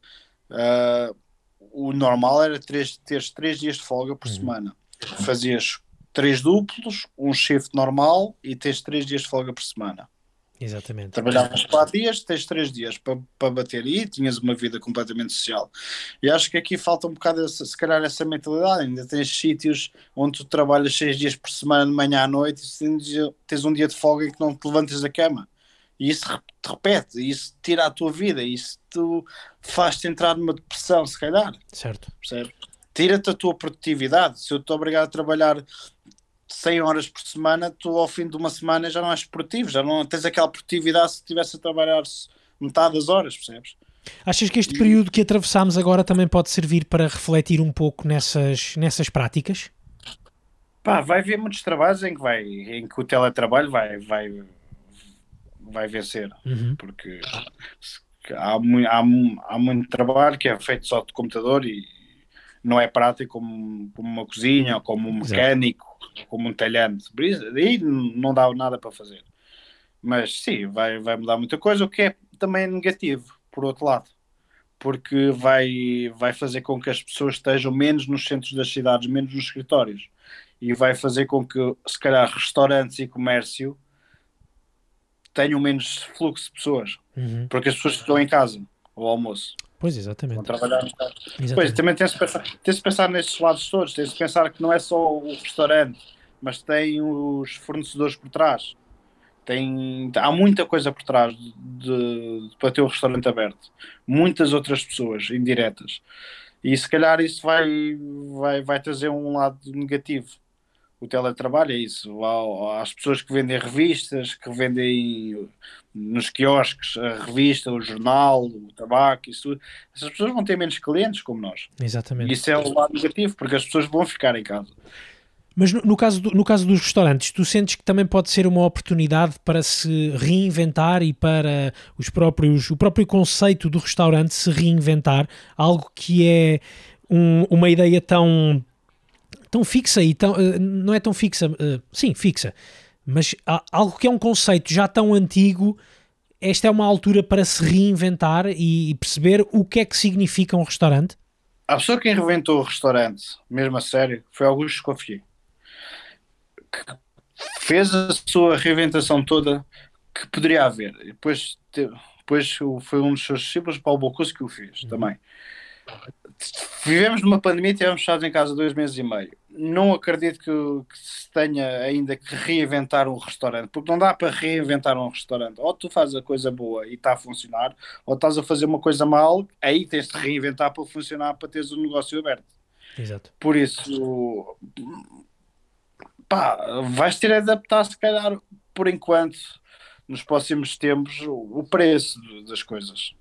o normal era teres 3 dias de folga por semana. Fazias 3 duplos, um shift normal e tens 3 dias de folga por semana. Exatamente. Trabalhavas 4 dias, tens 3 dias para bater e tinhas uma vida completamente social. E acho que aqui falta um bocado, se calhar, essa mentalidade. Ainda tens sítios onde tu trabalhas 6 dias por semana, de manhã à noite, e tens um dia de folga em que não te levantas da cama. E isso te repete, isso tira a tua vida, isso faz-te entrar numa depressão, se calhar. Certo. Percebe? Tira-te a tua produtividade. Se eu estou obrigado a trabalhar 100 horas por semana, tu ao fim de uma semana já não és produtivo, já não tens aquela produtividade se estivesse a trabalhar metade das horas, percebes? Achas que este período que atravessámos agora também pode servir para refletir um pouco nessas práticas? Pá, vai haver muitos trabalhos em que o teletrabalho vai vencer, porque há muito trabalho que é feito só de computador e não é prático como uma cozinha, ou como um mecânico, como um talhante. Aí não dá nada para fazer. Mas sim, vai mudar muita coisa, o que é também negativo, por outro lado. Porque vai fazer com que as pessoas estejam menos nos centros das cidades, menos nos escritórios. E vai fazer com que, se calhar, restaurantes e comércio tenham menos fluxo de pessoas, Uhum. porque as pessoas estão em casa ao almoço, Pois, vão exatamente. trabalhar em casa. Pois, Exatamente. também tem-se pensar nestes lados todos, tem-se pensar que não é só o restaurante, mas tem os fornecedores por trás. Há muita coisa por trás para ter o restaurante aberto. Muitas outras pessoas indiretas. E se calhar isso vai trazer um lado negativo. O teletrabalho é isso. Há as pessoas que vendem revistas, que vendem nos quiosques a revista, o jornal, o tabaco, isso tudo. Essas pessoas vão ter menos clientes como nós. E Exatamente. isso é o lado negativo, porque as pessoas vão ficar em casa. Mas no caso dos restaurantes, tu sentes que também pode ser uma oportunidade para se reinventar e para o próprio conceito do restaurante se reinventar, algo que é uma ideia tão fixa e não é tão fixa, sim, fixa, mas algo que é um conceito já tão antigo. Esta é uma altura para se reinventar e perceber o que é que significa um restaurante? A pessoa que inventou o restaurante, mesmo a sério, foi Augusto Escoffier. Fez a sua reinventação toda que poderia haver. E depois foi um dos seus discípulos, Paulo Bocuse, que o fez também. Vivemos numa pandemia e estivemos fechados em casa 2 meses e meio. Não acredito que se tenha ainda que reinventar um restaurante, porque não dá para reinventar um restaurante. Ou tu fazes a coisa boa e está a funcionar, ou estás a fazer uma coisa mal, aí tens de reinventar para funcionar, para teres o negócio aberto. Exato. Por isso, pá, vais ter de adaptar, se calhar, por enquanto, nos próximos tempos, o preço das coisas.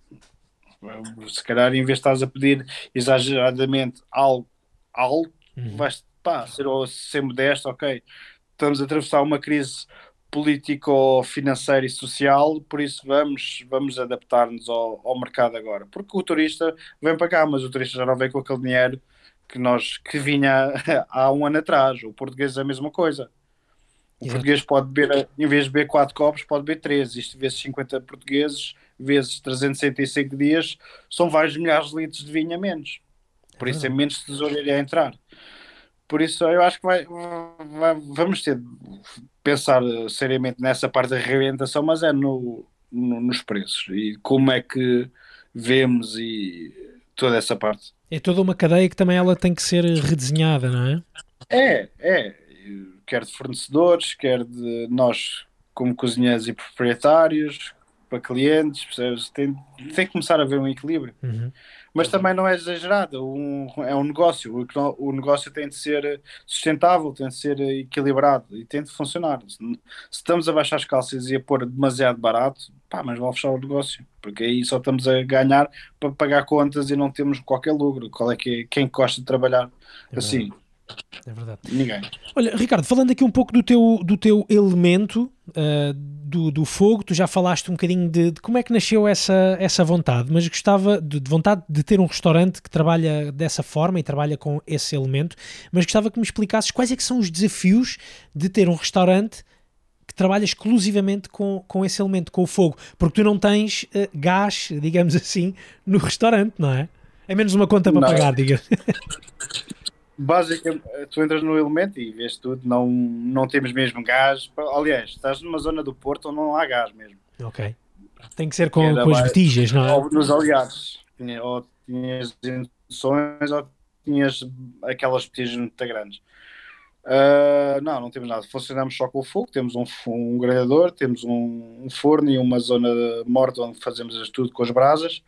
Se calhar, em vez de estás a pedir exageradamente algo alto, vais, pá, ser modesto, ok. Estamos a atravessar uma crise político-financeira e social, por isso vamos adaptar-nos ao mercado agora. Porque o turista vem para cá, mas o turista já não vem com aquele dinheiro que vinha há um ano atrás. O português é a mesma coisa. O Exato. português pode beber, em vez de beber 4 copos, pode beber 3. Isto vezes 50 portugueses, vezes 365 dias, são vários milhares de litros de vinho a menos. Por isso é menos tesouraria a entrar. Por isso eu acho que vamos ter de pensar seriamente nessa parte da reinventação, mas é nos preços e como é que vemos e toda essa parte. É toda uma cadeia que também ela tem que ser redesenhada, não é? É. Quer de fornecedores, quer de nós como cozinheiros e proprietários, para clientes, percebes? Tem que começar a haver um equilíbrio. Uhum. Mas também não é exagerado, é um negócio. O negócio tem de ser sustentável, tem de ser equilibrado e tem de funcionar. Se estamos a baixar as calças e a pôr demasiado barato, pá, mas vale fechar o negócio, porque aí só estamos a ganhar para pagar contas e não temos qualquer lucro. Qual é que quem gosta de trabalhar assim? É verdade. Ninguém. Olha, Ricardo, falando aqui um pouco do teu elemento, do fogo, tu já falaste um bocadinho de como é que nasceu essa vontade, mas gostava de vontade de ter um restaurante que trabalha dessa forma e trabalha com esse elemento, mas gostava que me explicasses quais é que são os desafios de ter um restaurante que trabalha exclusivamente com esse elemento, com o fogo, porque tu não tens gás, digamos assim, no restaurante, não é? É menos uma conta para pagar, digamos. Basicamente, tu entras no elemento e vês tudo, não temos mesmo gás. Aliás, estás numa zona do Porto onde não há gás mesmo. Ok. Tem que ser com as botijas, não é? Ou nos aliados. Ou tinhas induções ou tinhas aquelas botijas muito grandes. Não temos nada. Funcionamos só com o fogo. Temos um grelhador, temos um forno e uma zona morta onde fazemos tudo com as brasas.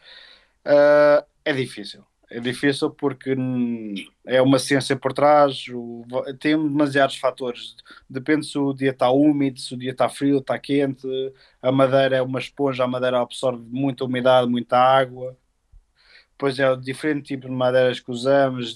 É difícil. É difícil porque é uma ciência por trás, tem demasiados fatores. Depende se o dia está úmido, se o dia está frio, está quente. A madeira é uma esponja, a madeira absorve muita umidade, muita água. Depois é o diferente tipo de madeiras que usamos,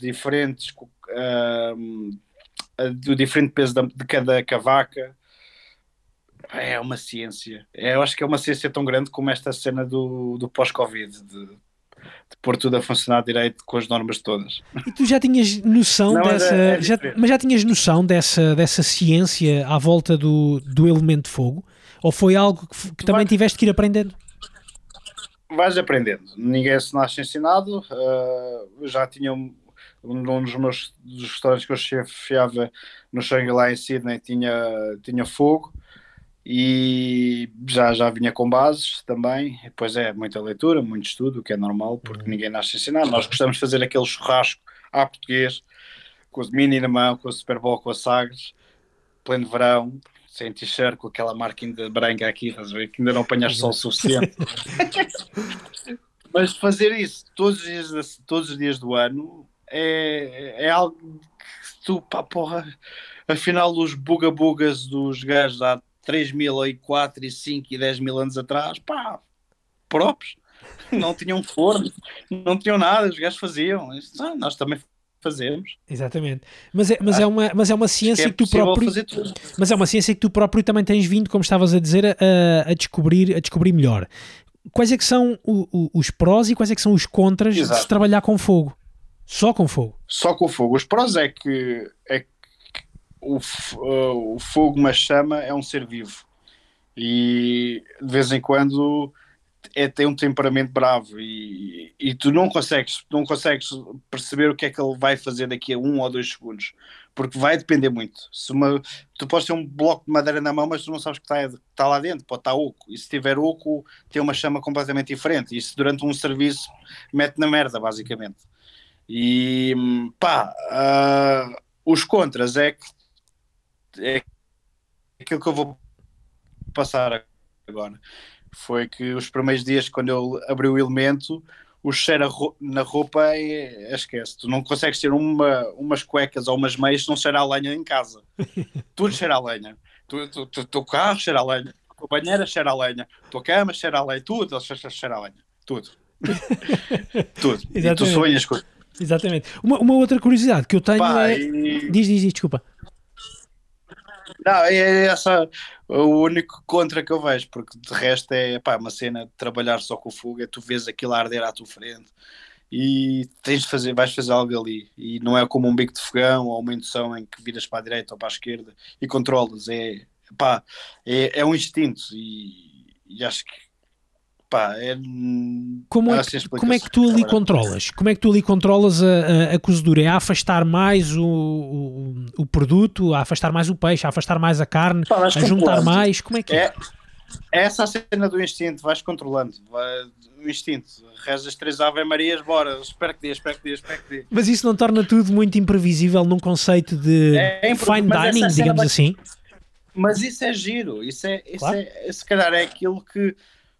do diferente peso de cada cavaca. É uma ciência. Eu acho que é uma ciência tão grande como esta cena do pós-Covid, de pôr tudo a funcionar direito com as normas todas. E tu já tinhas noção mas já tinhas noção dessa ciência à volta do elemento fogo? Ou foi algo que também tiveste que ir aprendendo? Vais aprendendo. Ninguém se nasce ensinado. Eu já tinha um dos restaurantes que eu chefiava no Shangri-La em Sydney tinha fogo. e já vinha com bases também. E depois muita leitura, muito estudo, o que é normal, porque ninguém nasce a ensinar. Nós gostamos de fazer aquele churrasco à português, com o mini na mão, com o Super Bowl, com a Sagres, pleno verão, sem t-shirt, com aquela marca ainda branca aqui, estás a ver, que ainda não apanhaste sol suficiente. Mas fazer isso todos os dias do ano é algo que tu, pá, porra, afinal os buga-bugas dos gajos há 3.000 e 4 e 5 e 10 mil anos atrás, pá, próprios, não tinham forno, não tinham nada, os gajos faziam. Nós também fazemos. Exatamente. Mas é uma ciência que tu próprio. Mas é uma ciência que tu próprio também tens vindo, como estavas a dizer, a descobrir melhor. Quais é que são os prós e quais é que são os contras de se trabalhar com fogo? Só com fogo? Só com fogo. Os prós é que o fogo, uma chama, é um ser vivo. E de vez em quando tem um temperamento bravo e tu não consegues perceber o que é que ele vai fazer daqui a 1 ou 2 segundos, porque vai depender muito. Tu podes ter um bloco de madeira na mão, mas tu não sabes que está lá dentro, pode estar oco, e se tiver oco tem uma chama completamente diferente, e isso durante um serviço mete na merda, basicamente. E os contras é aquilo que eu vou passar agora. Foi que os primeiros dias, quando eu abri o elemento, o cheiro na roupa esquece. Tu não consegues ter umas cuecas ou umas meias que não cheira a lenha em casa. Tudo cheira a lenha. Teu carro cheira a lenha. Tua banheira cheira a lenha. Tua cama cheira a lenha. Tudo cheira a lenha. Tudo. Tudo. E tu sonhas com... Exatamente. Uma outra curiosidade que eu tenho Diz, desculpa. Não, é essa o único contra que eu vejo, porque de resto é uma cena de trabalhar só com o fogo, tu vês aquilo a arder à tua frente e vais fazer algo ali, e não é como um bico de fogão ou uma indução em que viras para a direita ou para a esquerda e controlas, é um instinto e acho que como é que tu ali controlas? Como é que tu ali controlas a cozedura? É a afastar mais o produto, a afastar mais o peixe, a afastar mais a carne, a juntar mais? Como é que é? Essa a cena do instinto, vais controlando. O instinto, rezas 3 Ave-Marias, bora, espero que dê. Mas isso não torna tudo muito imprevisível num conceito de fine dining, digamos assim? Mas isso é giro, claro. Se calhar é aquilo que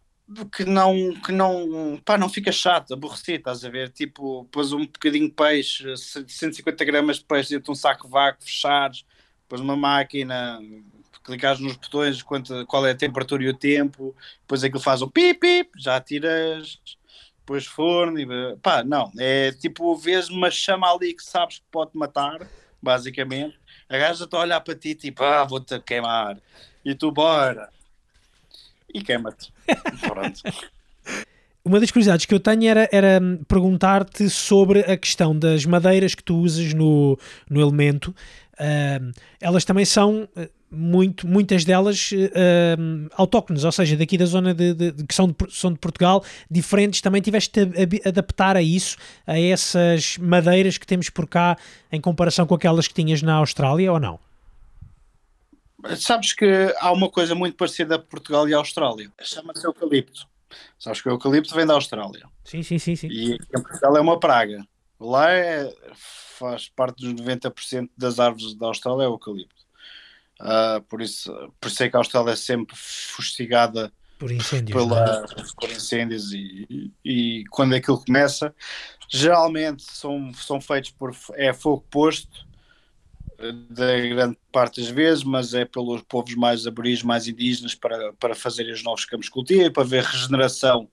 não fica chato, aborrecido, estás a ver? Tipo, pôs um bocadinho de peixe, 150 gramas de peixe dentro de um saco vácuo, fechares, depois uma máquina, clicares nos botões, qual é a temperatura e o tempo, depois aquilo faz um pip, já tiras, depois forno, não, é tipo, vês uma chama ali que sabes que pode matar, basicamente, a gaja está a olhar para ti, tipo, vou-te queimar, e tu, bora. E queima-te. Pronto. Uma das curiosidades que eu tenho era perguntar-te sobre a questão das madeiras que tu usas no elemento. Elas também são, muitas delas, autóctones, ou seja, daqui da zona que são de Portugal, diferentes. Também tiveste de adaptar a isso, a essas madeiras que temos por cá, em comparação com aquelas que tinhas na Austrália, ou não? Sabes que há uma coisa muito parecida a Portugal e a Austrália. Chama-se eucalipto. Sabes que o eucalipto vem da Austrália. Sim. E em Portugal é uma praga. Lá faz parte dos 90% das árvores da Austrália é o eucalipto. Por isso é que a Austrália é sempre fustigada por incêndios. Por incêndios e quando aquilo começa, geralmente são feitos por fogo posto, da grande parte das vezes, mas é pelos povos mais aborígenes, mais indígenas, para fazerem os novos campos de cultivo, para ver regeneração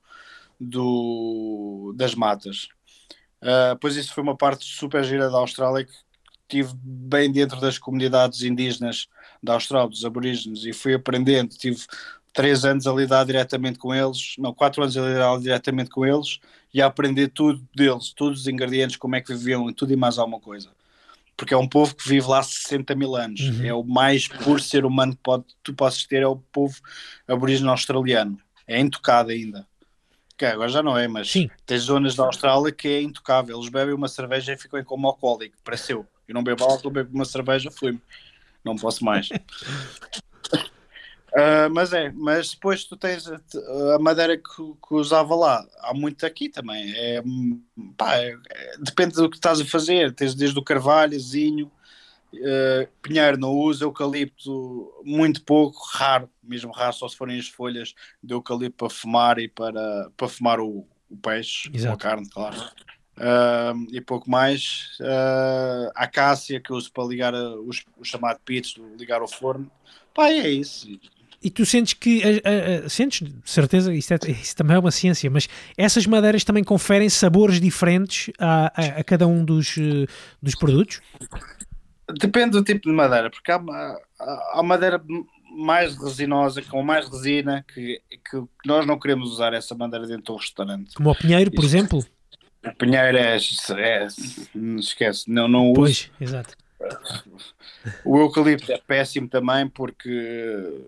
das matas. Pois isso foi uma parte super gira da Austrália, que estive bem dentro das comunidades indígenas da Austrália, dos aborígenes, e fui aprendendo. Tive 3 anos a lidar diretamente com eles, 4 anos a lidar diretamente com eles, e a aprender tudo deles, todos os ingredientes, como é que viviam, e tudo e mais alguma coisa. Porque é um povo que vive lá há 60 mil anos. É o mais puro ser humano que tu possas ter, é o povo aborígene australiano. É intocado ainda. Que agora já não é, mas sim, tens zonas da Austrália que é intocável. Eles bebem uma cerveja e ficam como alcoólico, pareceu. Eu não bebo álcool, bebo uma cerveja, fui-me. Não posso mais. Mas depois tu tens a madeira que usava lá, há muito aqui também. Depende do que estás a fazer. Tens desde o carvalho, zinho, pinheiro não usa, eucalipto muito pouco, raro, mesmo raro, só se forem as folhas de eucalipto para fumar e para fumar o peixe, ou a Exato. carne, claro. E pouco mais. A acácia que eu uso para ligar o chamado pits, ligar o forno. É isso. E tu sentes que, sentes, de certeza, isso também é uma ciência, mas essas madeiras também conferem sabores diferentes a cada um dos produtos? Depende do tipo de madeira, porque há madeira mais resinosa, com mais resina, que nós não queremos usar essa madeira dentro do restaurante. Como o pinheiro, por exemplo? O pinheiro não esquece, não uso. Pois, exato. O eucalipto é péssimo também, porque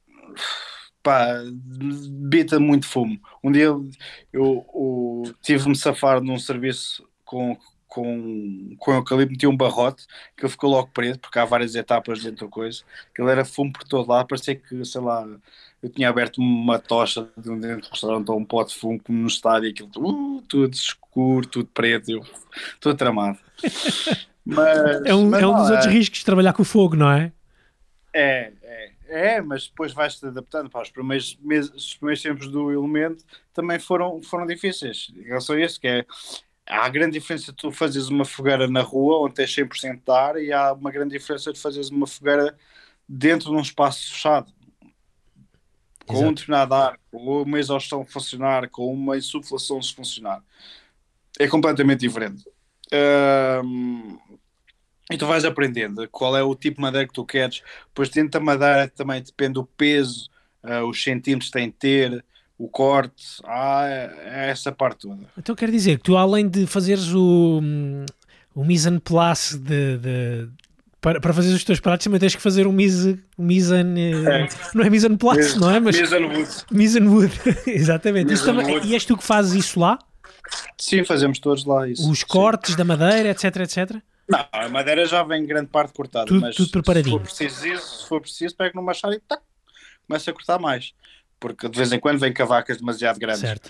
debita muito fumo. Um dia eu tive-me safar num serviço com eucalipto, meti um barrote que ele ficou logo preto, porque há várias etapas dentro da coisa, que ele era fumo por todo lado, parecia que, sei lá, eu tinha aberto uma tocha dentro do restaurante ou um pote de fumo como no estádio, aquilo tudo escuro, tudo preto, eu estou tramado. Mas É um não, dos outros riscos de trabalhar com o fogo, não é? mas depois vais-te adaptando. Os primeiros tempos do Elemento também foram difíceis. Eu sou esse que é. Há grande diferença de tu fazes uma fogueira na rua onde tens 100% de ar, e há uma grande diferença de fazeres uma fogueira dentro de um espaço fechado, com um determinado ar, com uma exaustão a funcionar, com uma insuflação a funcionar. É completamente diferente. E tu vais aprendendo qual é o tipo de madeira que tu queres. Depois dentro da madeira também depende do peso, os centímetros que tem de ter, o corte, é essa parte toda. Então quer dizer que tu, além de fazeres o mise en place para fazer os teus pratos, também tens que fazer um mise não é mise en place, não é? Mas mise en wood. Exatamente. E és tu que fazes isso lá? Sim, fazemos todos lá isso. Os cortes da madeira, etc, etc? Não, a madeira já vem grande parte cortada, mas tudo preparadinho. Se for preciso, pego no machado e começa a cortar mais, porque de vez em quando vem cavacas demasiado grandes. Certo.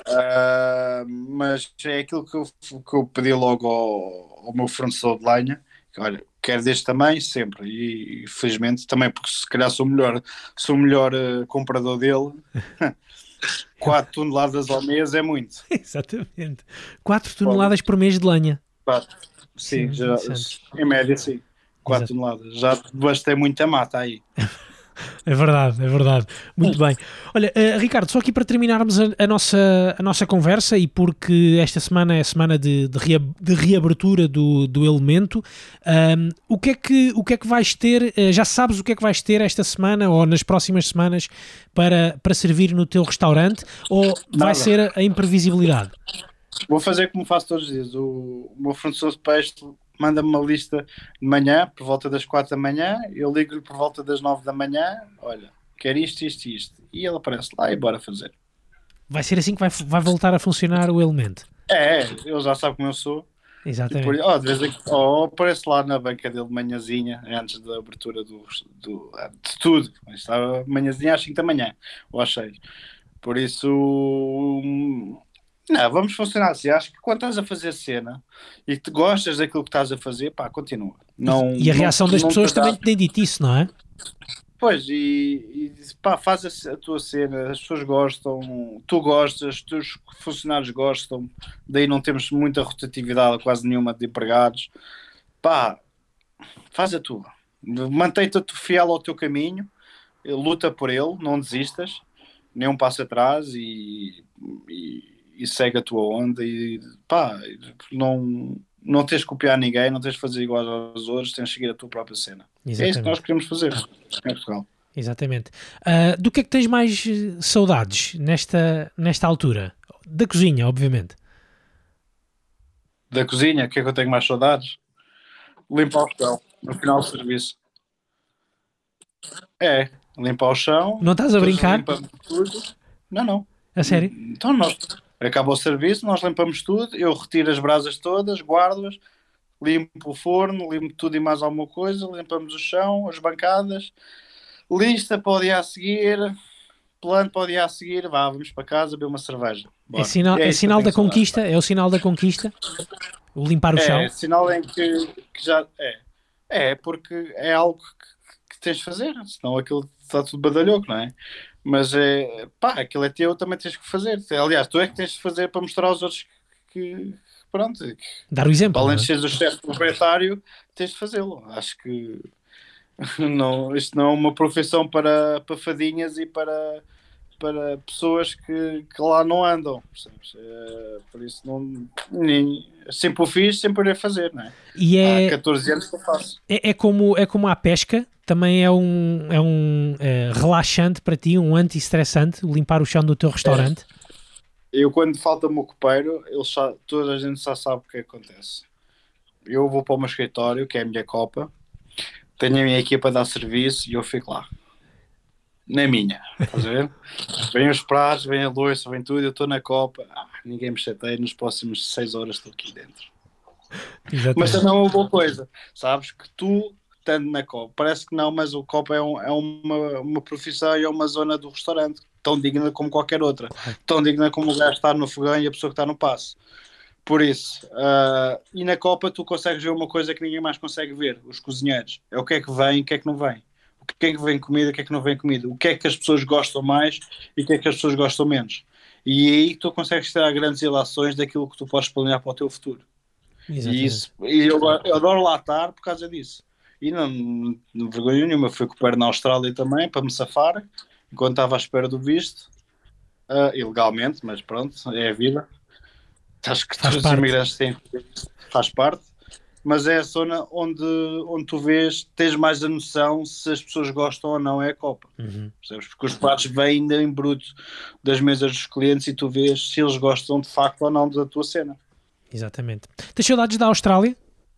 Mas é aquilo que eu pedi logo ao meu fornecedor de lenha, que, olha, quero deste tamanho sempre, e felizmente também, porque se calhar sou o melhor comprador dele. 4 toneladas ao mês é muito. Exatamente. 4 toneladas por mês de lenha. 4. Sim, já, em média sim. 4 toneladas. Já bastei muita mata aí. É verdade. Muito bem. Olha, Ricardo, só aqui para terminarmos a nossa conversa, e porque esta semana é a semana de reabertura do Elemento, o que é que vais ter, já sabes o que é que vais ter esta semana ou nas próximas semanas para servir no teu restaurante, ou vai ser a imprevisibilidade? Vou fazer como faço todos os dias. O meu fornecedor de peixe manda-me uma lista de manhã, por volta das 4 da manhã, eu ligo-lhe por volta das 9 da manhã, olha, quero isto, e ele aparece lá e bora fazer. Vai ser assim que vai voltar a funcionar o Elemento? Ele já sabe como eu sou. Exatamente. De vez em quando aparece lá na banca dele de manhãzinha, antes da abertura de tudo. Estava manhãzinha às 5 da manhã, ou às 6. Por isso... Não, vamos funcionar assim. Acho que quando estás a fazer cena e te gostas daquilo que estás a fazer, não, e a reação das pessoas também te tem dito isso, não é? Pois, faz a tua cena, as pessoas gostam, tu gostas, os teus funcionários gostam, daí não temos muita rotatividade, quase nenhuma, de empregados. Faz a tua. Mantém-te fiel ao teu caminho, luta por ele, não desistas, nem um passo atrás, e segue a tua onda, e não tens de copiar ninguém, não tens de fazer igual aos outros, tens de seguir a tua própria cena. Exatamente. É isso que nós queremos fazer em Portugal. Exatamente. Do que é que tens mais saudades nesta altura? Da cozinha, obviamente. Da cozinha, o que é que eu tenho mais saudades? Limpar o chão no final do serviço. Limpar o chão. Não estás a brincar? Tudo. Não. A sério? Então acaba o serviço, nós limpamos tudo, eu retiro as brasas todas, guardo-as, limpo o forno, limpo tudo e mais alguma coisa, limpamos o chão, as bancadas, Lista para o dia a seguir, plano para o dia a seguir, vá, vamos para casa beber uma cerveja. É Bora. sinal, E é é isso que eu sinal tenho da saudades, conquista? pá. É o sinal da conquista? O limpar o É chão? sinal em que já é. É porque é algo que tens de fazer, senão aquilo está tudo badalhoco, não é? Mas é pá, aquilo é teu, também tens que fazer. Aliás, tu é que tens de fazer para mostrar aos outros que pronto, que, Dar o para exemplo, além não de é? seres o chefe proprietário, tens de fazê-lo. Acho que não, isto não é uma profissão para fadinhas e para pessoas que lá não andam, percebes? Por isso sempre o fiz, sempre irei fazer, não é? E Há 14 anos que eu faço. é como a pesca, também é relaxante para ti, um anti-estressante, limpar o chão do teu restaurante. Eu, quando falta-me o copeiro, toda a gente já sabe o que acontece. Eu vou para o meu escritório, que é a minha copa, tenho a minha equipa a dar serviço e eu fico lá. Na minha, estás a ver? Vem os pratos, vem a louça, vem tudo, eu estou na copa. Ninguém me chateia, nos próximos 6 horas estou aqui dentro. Mas Exatamente. também é uma boa coisa, sabes? Que tu, estando na copa, parece que não, mas o copa é uma profissão e é uma zona do restaurante, tão digna como qualquer outra. Claro. Tão digna como o gajo estar no fogão e a pessoa que está no passo. Por isso, e na Copa tu consegues ver uma coisa que ninguém mais consegue ver, os cozinheiros. É o que é que vem e o que é que não vem. O que é que vem comida, o que é que não vem comida. O que é que as pessoas gostam mais e o que é que as pessoas gostam menos. E aí tu consegues tirar grandes ilações daquilo que tu podes planear para o teu futuro. Exatamente. E eu adoro lá estar por causa disso. E não vergonha nenhuma, fui com o pé na Austrália também, para me safar, enquanto estava à espera do visto, ilegalmente, mas pronto, é a vida. Acho que Faz todos os parte. imigrantes têm, faz parte, mas é a zona onde tu vês, tens mais a noção se as pessoas gostam ou não é a Copa. Uhum. Percebes? Porque os pratos vêm ainda em bruto das mesas dos clientes e tu vês se eles gostam de facto ou não da tua cena. Exatamente. Tens saudades da Austrália?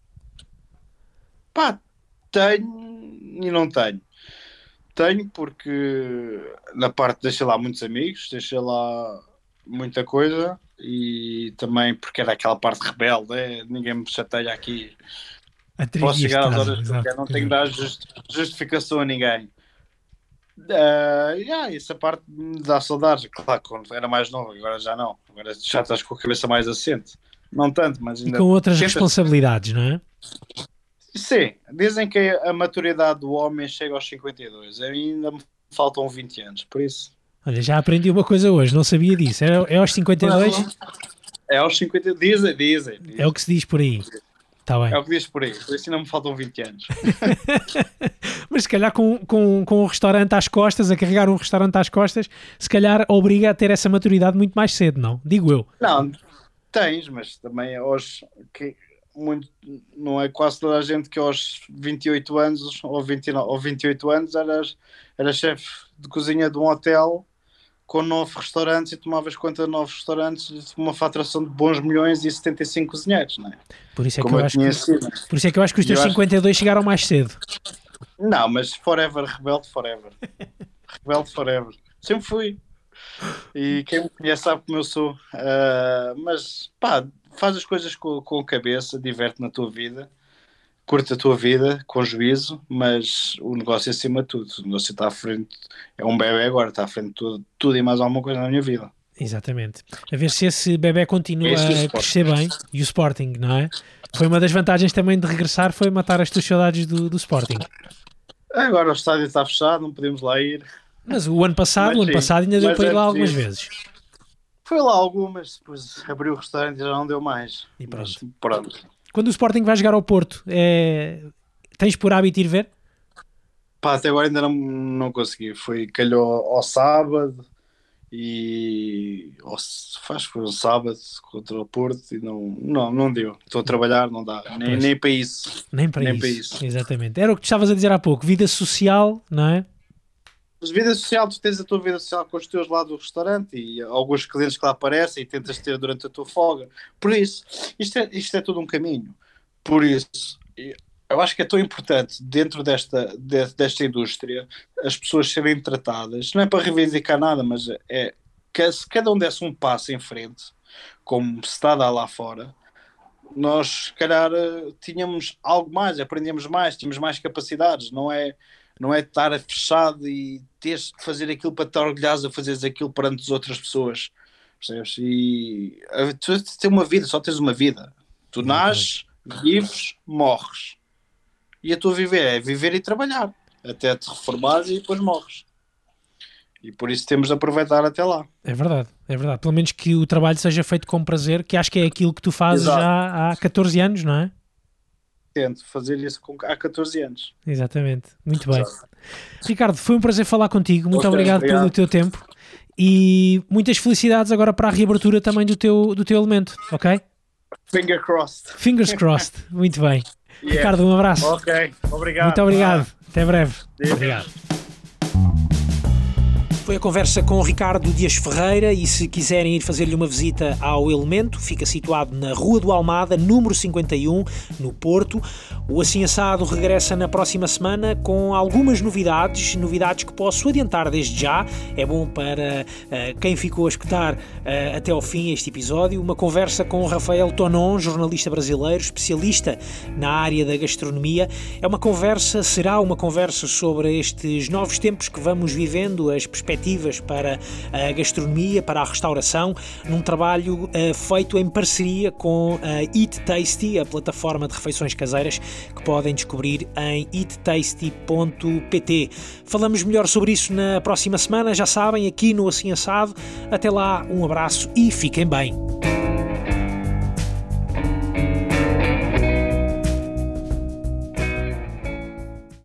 Pá, tenho e não tenho. Tenho porque na parte deixei lá muitos amigos, deixei lá muita coisa e também porque era aquela parte rebelde, ninguém me chateia aqui. A Posso trivias de chegar às casa, horas que eu exato. quero, não tenho de Exato. dar justificação a ninguém. Essa parte me dá saudades, claro, quando era mais novo, agora já não. Agora já estás com a cabeça mais assente. Não tanto, mas E com ainda outras tentas. responsabilidades, não é? Sim, dizem que a maturidade do homem chega aos 52, ainda me faltam 20 anos, por isso. Olha, já aprendi uma coisa hoje, não sabia disso. É aos 52? É aos 50, dizem. É o que se diz por aí. Está bem. É o que diz por aí, por isso ainda me faltam 20 anos. Mas se calhar com um restaurante às costas, a carregar um restaurante às costas, se calhar obriga a ter essa maturidade muito mais cedo, não? Digo eu. Não, tens, mas também muito, não é quase toda a gente que aos 28 anos ou 29, ou 28 anos era chefe de cozinha de um hotel com 9 restaurantes e tomavas conta de 9 restaurantes, uma faturação de bons milhões e 75 cozinheiros, não é? Por isso é que Como eu eu acho tinha que, sido. por isso é que eu acho que os teus 52 chegaram mais cedo. Não, mas forever, rebelde forever. Rebelde forever. Sempre fui. E quem me conhece sabe como eu sou. Mas pá, faz as coisas com a cabeça, diverte na tua vida, curta a tua vida com juízo, mas o negócio é acima de tudo. O negócio está à frente, é um bebê agora, está à frente de tudo e mais alguma coisa na minha vida. Exatamente. A ver se esse bebê continua Esse é o a Sporting. crescer bem. E o Sporting, não é? Foi uma das vantagens também de regressar, foi matar as tuas saudades do Sporting. Agora o estádio está fechado, não podemos lá ir. Mas o ano passado Mas sim, ainda deu mas para ir lá antes algumas disso, vezes. foi lá algumas, depois abriu o restaurante e já não deu mais. E Mas pronto. pronto. Quando o Sporting vai jogar ao Porto, tens por hábito ir ver? Pá, até agora ainda não consegui. Calhou ao sábado e acho que foi um sábado contra o Porto e não deu. Estou a trabalhar, não dá. Pois. Nem para isso. Nem para Nem isso. para isso. Exatamente. Era o que tu estavas a dizer há pouco. Vida social, não é? Mas vida social, tu tens a tua vida social com os teus lá do restaurante e alguns clientes que lá aparecem e tentas ter durante a tua folga. Por isso, isto é todo um caminho. Por isso, eu acho que é tão importante dentro desta indústria as pessoas serem tratadas, não é para reivindicar nada, mas é que se cada um desse um passo em frente, como se está a dar lá fora, nós, se calhar, tínhamos algo mais, aprendíamos mais, tínhamos mais capacidades, não é? Não é estar fechado e teres que fazer aquilo para te orgulhares a fazeres aquilo perante as outras pessoas. Percebes? E tu tens uma vida, só tens uma vida. Tu nasces, vives, morres. E a tua viver é viver e trabalhar. Até te reformares e depois morres. E por isso temos de aproveitar até lá. É verdade. Pelo menos que o trabalho seja feito com prazer, que acho que é aquilo que tu fazes já há 14 anos, não é? Tento fazer isso há 14 anos. Exatamente. Muito bem. Ricardo, foi um prazer falar contigo. Muito obrigado pelo teu tempo. E muitas felicidades agora para a reabertura também do teu elemento, ok? Fingers crossed. Muito bem. Yeah. Ricardo, um abraço. Ok, obrigado. Muito obrigado. Até breve. Obrigado. Foi a conversa com o Ricardo Dias Ferreira e se quiserem ir fazer-lhe uma visita ao Elemento, fica situado na Rua do Almada, número 51, no Porto. O Assim Assado regressa na próxima semana com algumas novidades que posso adiantar desde já. É bom para quem ficou a escutar até ao fim este episódio. Uma conversa com o Rafael Tonon, jornalista brasileiro, especialista na área da gastronomia. Será uma conversa sobre estes novos tempos que vamos vivendo, as perspectivas para a gastronomia, para a restauração, num trabalho feito em parceria com a Eat Tasty, a plataforma de refeições caseiras que podem descobrir em eattasty.pt. Falamos melhor sobre isso na próxima semana, já sabem, aqui no Assim Assado. Até lá, um abraço e fiquem bem.